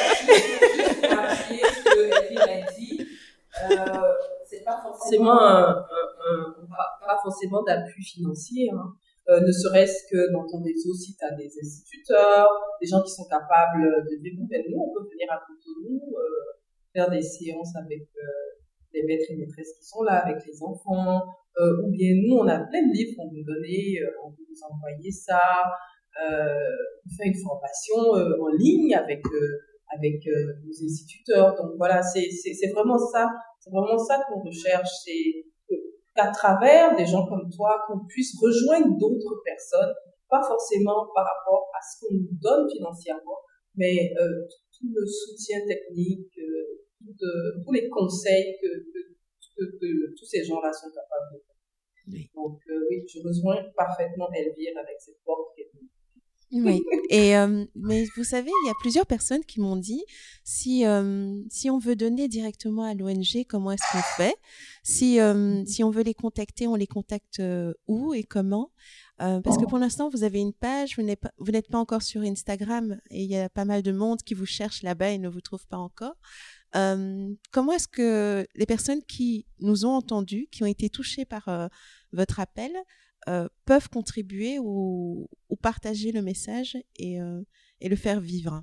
C'est pas forcément pas forcément d'appui financier, hein. Ne serait-ce que dans ton réseau, si tu as des instituteurs, des gens qui sont capables de dire, nous, on peut venir à Cotonou, faire des séances avec les maîtres et maîtresses qui sont là, avec les enfants, ou bien nous, on a plein de livres qu'on veut donner, on peut vous envoyer ça, on fait une formation en ligne avec nos instituteurs. Donc voilà, c'est vraiment ça qu'on recherche, c'est qu'à travers des gens comme toi, qu'on puisse rejoindre d'autres personnes, pas forcément par rapport à ce qu'on nous donne financièrement, mais tout le soutien technique, tous les conseils que tous ces gens-là sont capables de faire. Oui. Donc oui, je rejoins parfaitement Elvire avec cette porte qu'elle dit. Oui, mais vous savez, il y a plusieurs personnes qui m'ont dit si on veut donner directement à l'ONG, comment est-ce qu'on fait? Si on veut les contacter, on les contacte où et comment? Parce que pour l'instant, vous avez une page, vous n'êtes pas encore sur Instagram et il y a pas mal de monde qui vous cherche là-bas et ne vous trouve pas encore. Comment est-ce que les personnes qui nous ont entendus, qui ont été touchées par votre appel, peuvent contribuer ou partager le message et le faire vivre?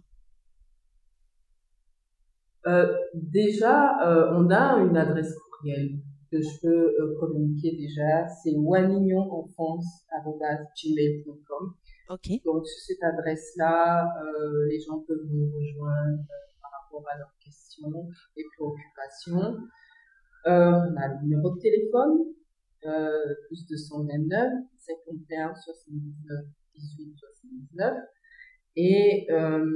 Déjà, on a une adresse courriel que je peux communiquer déjà. C'est wanignonenfance@gmail.com. Okay. Donc, sur cette adresse-là, les gens peuvent nous rejoindre par rapport à leurs questions et préoccupations. On a le numéro de téléphone. Plus 229 51 79 18 79 et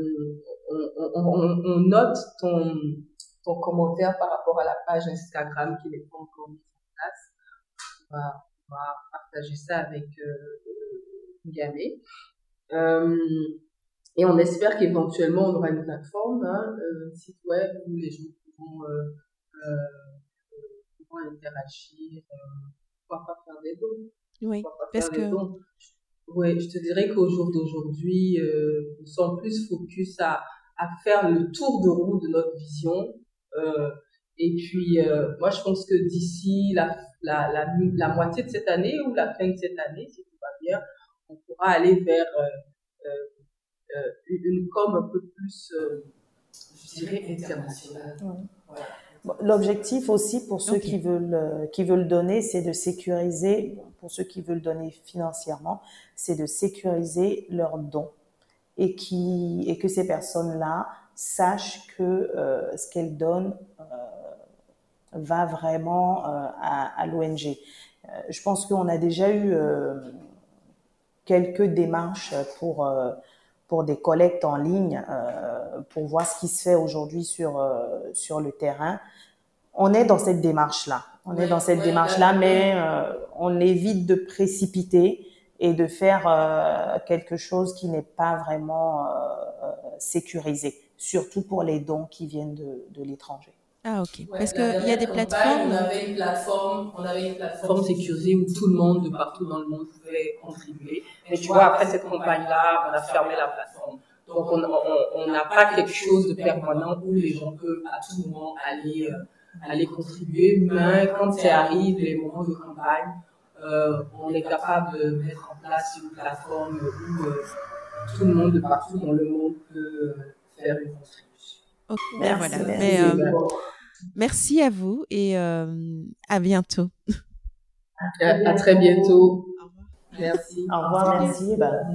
on note ton commentaire par rapport à la page Instagram qui n'est pas encore mise en place. On va partager ça avec Gamé. Et on espère qu'éventuellement on aura une plateforme, un site web où les gens pourront interagir. Pourquoi pas faire des dons? Oui, parce que... Oui, je te dirais qu'au jour d'aujourd'hui, nous sommes plus focus à faire le tour de roue de notre vision. Et puis, moi, je pense que d'ici la moitié de cette année ou la fin de cette année, si tout va bien, on pourra aller vers une com un peu plus, je dirais, internationale. Oui. Voilà. L'objectif aussi pour ceux qui veulent donner, c'est de sécuriser, pour ceux qui veulent donner financièrement, c'est de sécuriser leurs dons et que ces personnes-là sachent que ce qu'elles donnent va vraiment à l'ONG. Je pense qu'on a déjà eu quelques démarches pour des collectes en ligne, pour voir ce qui se fait aujourd'hui sur le terrain. On est dans cette démarche-là. Mais on évite de précipiter et de faire quelque chose qui n'est pas vraiment sécurisé, surtout pour les dons qui viennent de l'étranger. Ah, ok. Parce qu'il y a des plateformes. On avait une plateforme sécurisée où tout le monde, de partout dans le monde, pouvait contribuer. Mais tu vois, après cette campagne-là, on a fermé la plateforme. Donc, on n'a pas quelque chose de permanent où les gens peuvent à tout moment aller contribuer. Mais quand ça arrive, les moments de campagne, on est capable de mettre en place une plateforme où tout le monde, de partout dans le monde, peut faire une contribution. Okay, merci à vous et à bientôt. À très bientôt. Au revoir. Merci. Au revoir, merci.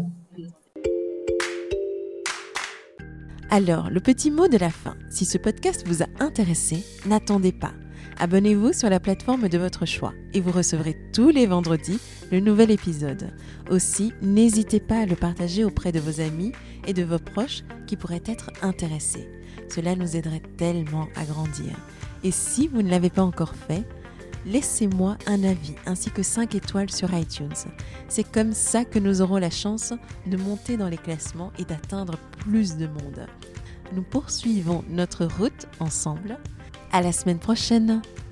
Alors, le petit mot de la fin. Si ce podcast vous a intéressé, n'attendez pas. Abonnez-vous sur la plateforme de votre choix et vous recevrez tous les vendredis le nouvel épisode. Aussi, n'hésitez pas à le partager auprès de vos amis et de vos proches qui pourraient être intéressés. Cela nous aiderait tellement à grandir. Et si vous ne l'avez pas encore fait, laissez-moi un avis ainsi que 5 étoiles sur iTunes. C'est comme ça que nous aurons la chance de monter dans les classements et d'atteindre plus de monde. Nous poursuivons notre route ensemble. À la semaine prochaine!